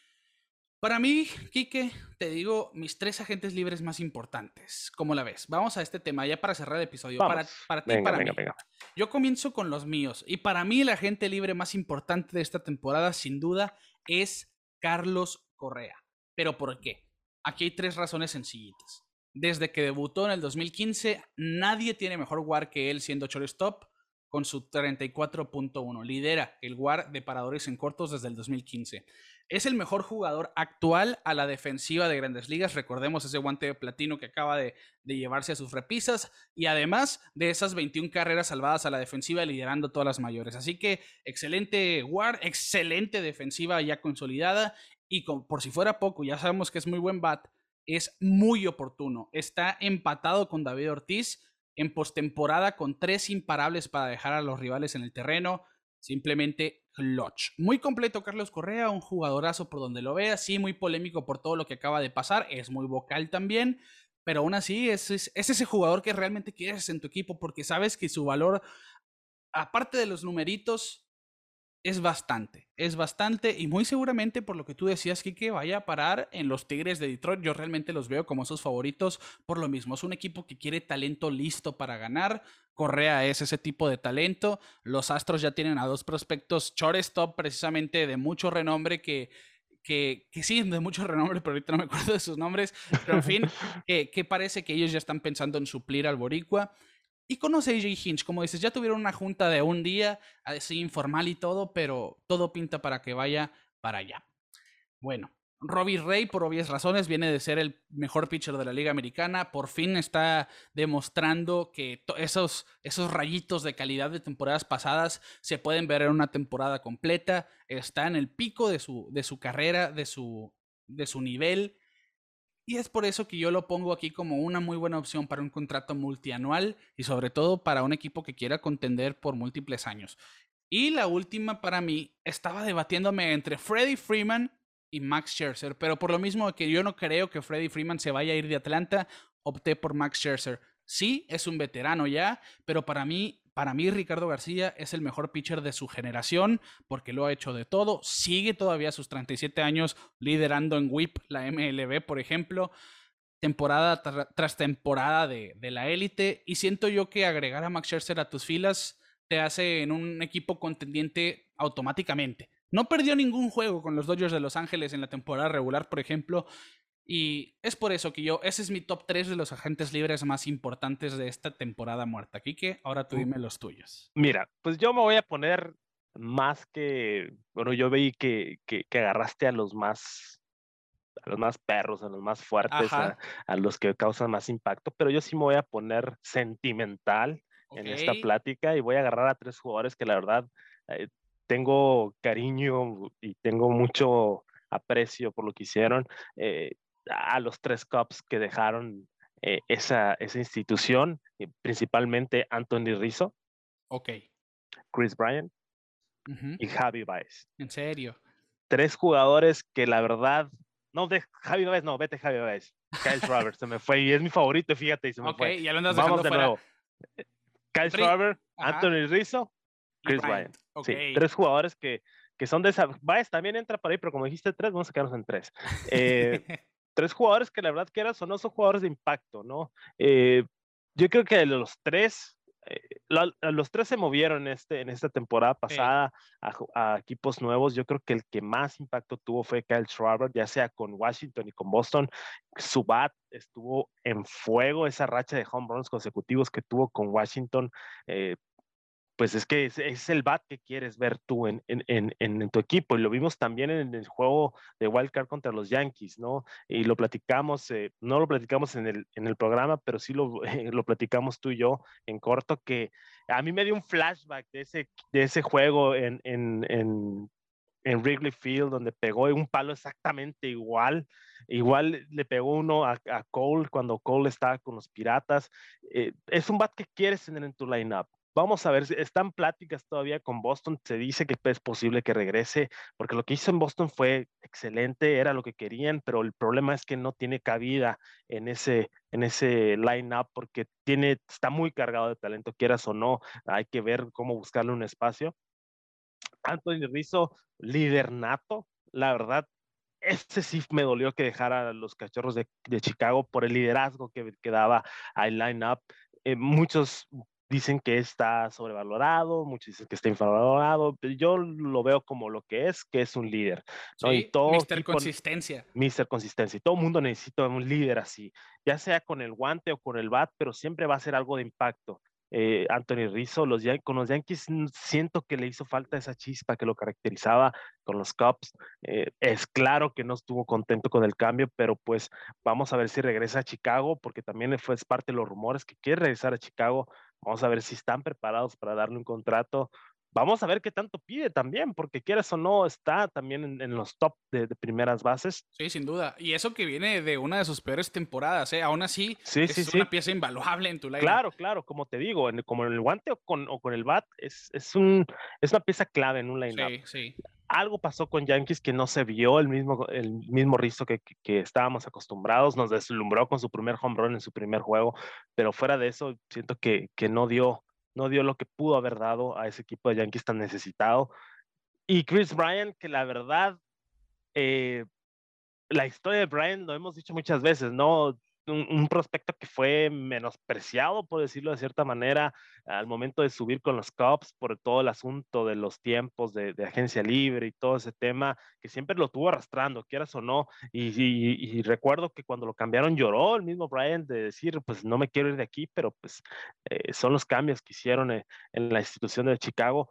Para mí, Quique, te digo mis tres agentes libres más importantes. ¿Cómo la ves? Vamos a este tema ya para cerrar el episodio. Vamos. Para, para ti y Venga, para venga, mí. venga. Yo comienzo con los míos. Y para mí el agente libre más importante de esta temporada, sin duda, es Carlos Correa. ¿Pero por qué? Aquí hay tres razones sencillitas. Desde que debutó en el dos mil quince, nadie tiene mejor W A R que él siendo shortstop con su treinta y cuatro punto uno. Lidera el W A R de paradores en cortos desde el dos mil quince. Es el mejor jugador actual a la defensiva de Grandes Ligas. Recordemos ese guante de platino que acaba de, de llevarse a sus repisas. Y además de esas veintiuna carreras salvadas a la defensiva, liderando todas las mayores. Así que excelente W A R, excelente defensiva ya consolidada. Y con, por si fuera poco, ya sabemos que es muy buen bat. Es muy oportuno. Está empatado con David Ortiz en postemporada con tres imparables para dejar a los rivales en el terreno. Simplemente clutch. Muy completo Carlos Correa, un jugadorazo por donde lo veas, sí, muy polémico por todo lo que acaba de pasar, es muy vocal también, pero aún así es, es, es ese jugador que realmente quieres en tu equipo porque sabes que su valor, aparte de los numeritos, es bastante, es bastante y muy seguramente por lo que tú decías, Kike, vaya a parar en los Tigres de Detroit. Yo realmente los veo como sus favoritos por lo mismo. Es un equipo que quiere talento listo para ganar. Correa es ese tipo de talento. Los Astros ya tienen a dos prospectos shortstop precisamente de mucho renombre que, que, que sí, de mucho renombre, pero ahorita no me acuerdo de sus nombres. Pero en fin, que, que parece que ellos ya están pensando en suplir al Boricua. Y conoce a A J Hinch, como dices, ya tuvieron una junta de un día, así informal y todo, pero todo pinta para que vaya para allá. Bueno, Robbie Ray, por obvias razones, viene de ser el mejor pitcher de la Liga Americana. Por fin está demostrando que esos, esos rayitos de calidad de temporadas pasadas se pueden ver en una temporada completa. Está en el pico de su, de su carrera, de su, de su nivel. Y es por eso que yo lo pongo aquí como una muy buena opción para un contrato multianual y sobre todo para un equipo que quiera contender por múltiples años. Y la última para mí, estaba debatiéndome entre Freddie Freeman y Max Scherzer, pero por lo mismo que yo no creo que Freddie Freeman se vaya a ir de Atlanta, opté por Max Scherzer. Sí, es un veterano ya, pero para mí, para mí Ricardo García es el mejor pitcher de su generación porque lo ha hecho de todo. Sigue todavía a sus treinta y siete años liderando en whip la M L B, por ejemplo, temporada tra tras temporada de, de la élite. Y siento yo que agregar a Max Scherzer a tus filas te hace en un equipo contendiente automáticamente. No perdió ningún juego con los Dodgers de Los Ángeles en la temporada regular, por ejemplo. Y es por eso que yo, ese es mi top tres de los agentes libres más importantes de esta temporada muerta. Quique, ahora tú dime los tuyos. Mira, pues yo me voy a poner más que, bueno, yo veí que, que, que agarraste a los más, a los más perros, a los más fuertes, a, a los que causan más impacto, pero yo sí me voy a poner sentimental Ok. en esta plática y voy a agarrar a tres jugadores que la verdad eh, tengo cariño y tengo mucho aprecio por lo que hicieron. Eh, a los tres Cubs que dejaron eh, esa, esa institución, eh, principalmente Anthony Rizzo, Ok. Chris Bryant Uh-huh. y Javi Baez. ¿En serio? Tres jugadores que la verdad, no, de Javi Baez, no, vete Javi Baez. Kyle Schwarber se me fue y es mi favorito, fíjate, y se me Ok, fue. ya lo andas Vamos dejando de fuera. nuevo. Kyle Ri Schwarber, Ajá. Anthony Rizzo, Chris y Bryant. Bryant. Okay. Sí, tres jugadores que, que son de esa. Baez también entra por ahí, pero como dijiste tres, vamos a quedarnos en tres. Eh, tres jugadores que la verdad que eran, son, no son jugadores de impacto, ¿no? Eh, yo creo que de los tres, eh, la, los tres se movieron este, en esta temporada pasada a, a, equipos nuevos. Yo creo que el que más impacto tuvo fue Kyle Schwarber, ya sea con Washington y con Boston. Su bat estuvo en fuego, esa racha de home runs consecutivos que tuvo con Washington. Eh, pues es que es, es el bat que quieres ver tú en, en, en, en tu equipo. Y lo vimos también en el juego de Wild Card contra los Yankees, ¿no? Y lo platicamos, eh, no lo platicamos en el, en el programa, pero sí lo, eh, lo platicamos tú y yo en corto, que a mí me dio un flashback de ese, de ese juego en, en, en, en Wrigley Field, donde pegó un palo exactamente igual. Igual le pegó uno a, a Cole cuando Cole estaba con los Piratas. Eh, es un bat que quieres tener en tu lineup. Vamos a ver, están pláticas todavía con Boston, se dice que es posible que regrese, porque lo que hizo en Boston fue excelente, era lo que querían, pero el problema es que no tiene cabida en ese, en ese line-up, porque tiene, está muy cargado de talento, quieras o no, hay que ver cómo buscarle un espacio. Anthony Rizzo, líder nato, la verdad, este sí me dolió que dejara a los Cachorros de, de Chicago por el liderazgo que, que daba al line-up. Eh, muchos dicen que está sobrevalorado, muchos dicen que está infravalorado, pero yo lo veo como lo que es, que es un líder, ¿no? Y Sí, todo mister equipo, Consistencia. mister Consistencia, y todo el mundo necesita un líder así, ya sea con el guante o con el bat, pero siempre va a ser algo de impacto. Eh, Anthony Rizzo, los, con los Yankees siento que le hizo falta esa chispa que lo caracterizaba con los Cubs. Eh, es claro que no estuvo contento con el cambio, pero pues vamos a ver si regresa a Chicago, porque también fue parte de los rumores que quiere regresar a Chicago. Vamos a ver si están preparados para darle un contrato. Vamos a ver qué tanto pide también, porque quieras o no, está también en, en los top de, de, primeras bases. Sí, sin duda. Y eso que viene de una de sus peores temporadas, ¿eh? Aún así, sí, es sí, una sí. pieza invaluable en tu lineup. Claro, claro, como te digo, en, como en el guante o con, o con el bat, es, es, un, es una pieza clave en un lineup. Sí, sí. Algo pasó con Yankees que no se vio el mismo, el mismo Rizzo que, que, que estábamos acostumbrados, nos deslumbró con su primer home run en su primer juego, pero fuera de eso, siento que, que no dio, no dio lo que pudo haber dado a ese equipo de Yankees tan necesitado. Y Kris Bryant, que la verdad, eh, la historia de Bryant lo hemos dicho muchas veces, ¿no? Un, un, prospecto que fue menospreciado, por decirlo de cierta manera, al momento de subir con los Cubs por todo el asunto de los tiempos de, de agencia libre y todo ese tema, que siempre lo tuvo arrastrando, quieras o no, y, y, y recuerdo que cuando lo cambiaron lloró el mismo Bryant de decir, pues no me quiero ir de aquí, pero pues eh, son los cambios que hicieron en, en la institución de Chicago.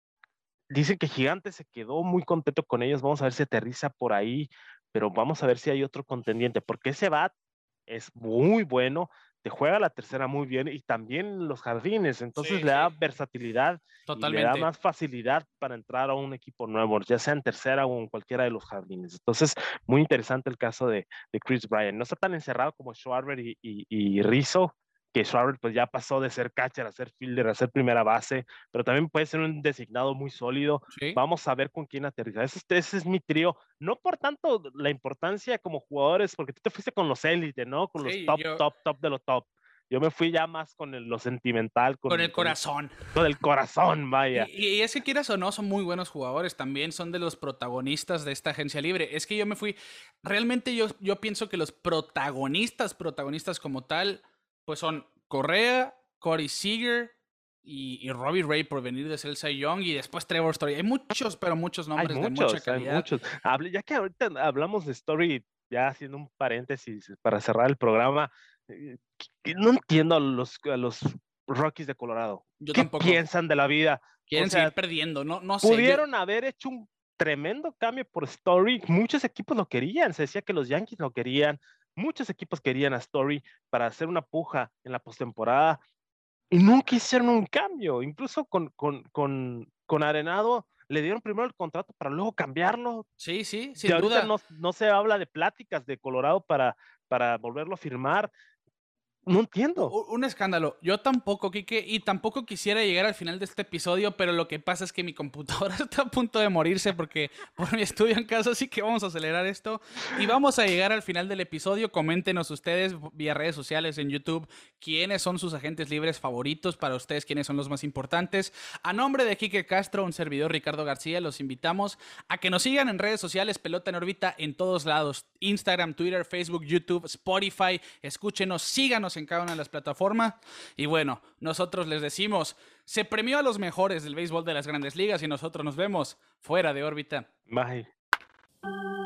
Dicen que Gigante se quedó muy contento con ellos, vamos a ver si aterriza por ahí, pero vamos a ver si hay otro contendiente, porque ese bat es muy bueno, te juega la tercera muy bien y también los jardines, entonces sí, le da sí. versatilidad. Totalmente. Y le da más facilidad para entrar a un equipo nuevo, ya sea en tercera o en cualquiera de los jardines. Entonces, muy interesante el caso de, de Kris Bryant. No está tan encerrado como Schwarber y, y, y Rizzo, que Schwarber pues ya pasó de ser catcher a ser fielder, a ser primera base, pero también puede ser un designado muy sólido. Sí. Vamos a ver con quién aterriza. Ese, ese es mi trío, no por tanto la importancia como jugadores, porque tú te fuiste con los élite, ¿no? Con sí, los top, yo... top, top de los top. Yo me fui ya más con el, lo sentimental. Con, con el corazón. Con, con el corazón, vaya. Y, y es que quieras o no, son muy buenos jugadores. También son de los protagonistas de esta agencia libre. Es que yo me fui... Realmente yo, yo pienso que los protagonistas, protagonistas como tal, pues son Correa, Corey Seager y, y Robbie Ray por venir de ser el Cy Young y después Trevor Story. Hay muchos, pero muchos nombres hay muchos, de mucha calidad. Hay muchos. Ya que ahorita hablamos de Story, ya haciendo un paréntesis para cerrar el programa, no entiendo a los, a los Rockies de Colorado. Yo ¿Qué tampoco. piensan de la vida? Quieren o sea, seguir perdiendo, no, no sé. Pudieron yo... haber hecho un tremendo cambio por Story. Muchos equipos lo querían. Se decía que los Yankees lo querían. Muchos equipos querían a Story para hacer una puja en la postemporada y nunca hicieron un cambio. Incluso con, con, con, con Arenado le dieron primero el contrato para luego cambiarlo. Sí, sí, sin y ahorita duda. No, no se habla de pláticas de Colorado para, para volverlo a firmar. No entiendo. Un escándalo. Yo tampoco, Quique, y tampoco quisiera llegar al final de este episodio, pero lo que pasa es que mi computadora está a punto de morirse porque por mi estudio en casa, así que vamos a acelerar esto. Y vamos a llegar al final del episodio. Coméntenos ustedes vía redes sociales en YouTube quiénes son sus agentes libres favoritos para ustedes, quiénes son los más importantes. A nombre de Quique Castro, un servidor Ricardo García, los invitamos a que nos sigan en redes sociales, Pelota en órbita en todos lados. Instagram, Twitter, Facebook, YouTube, Spotify. Escúchenos, síganos en cada una de las plataformas. Y bueno, nosotros les decimos, se premió a los mejores del béisbol de las Grandes Ligas y nosotros nos vemos fuera de órbita. Bye.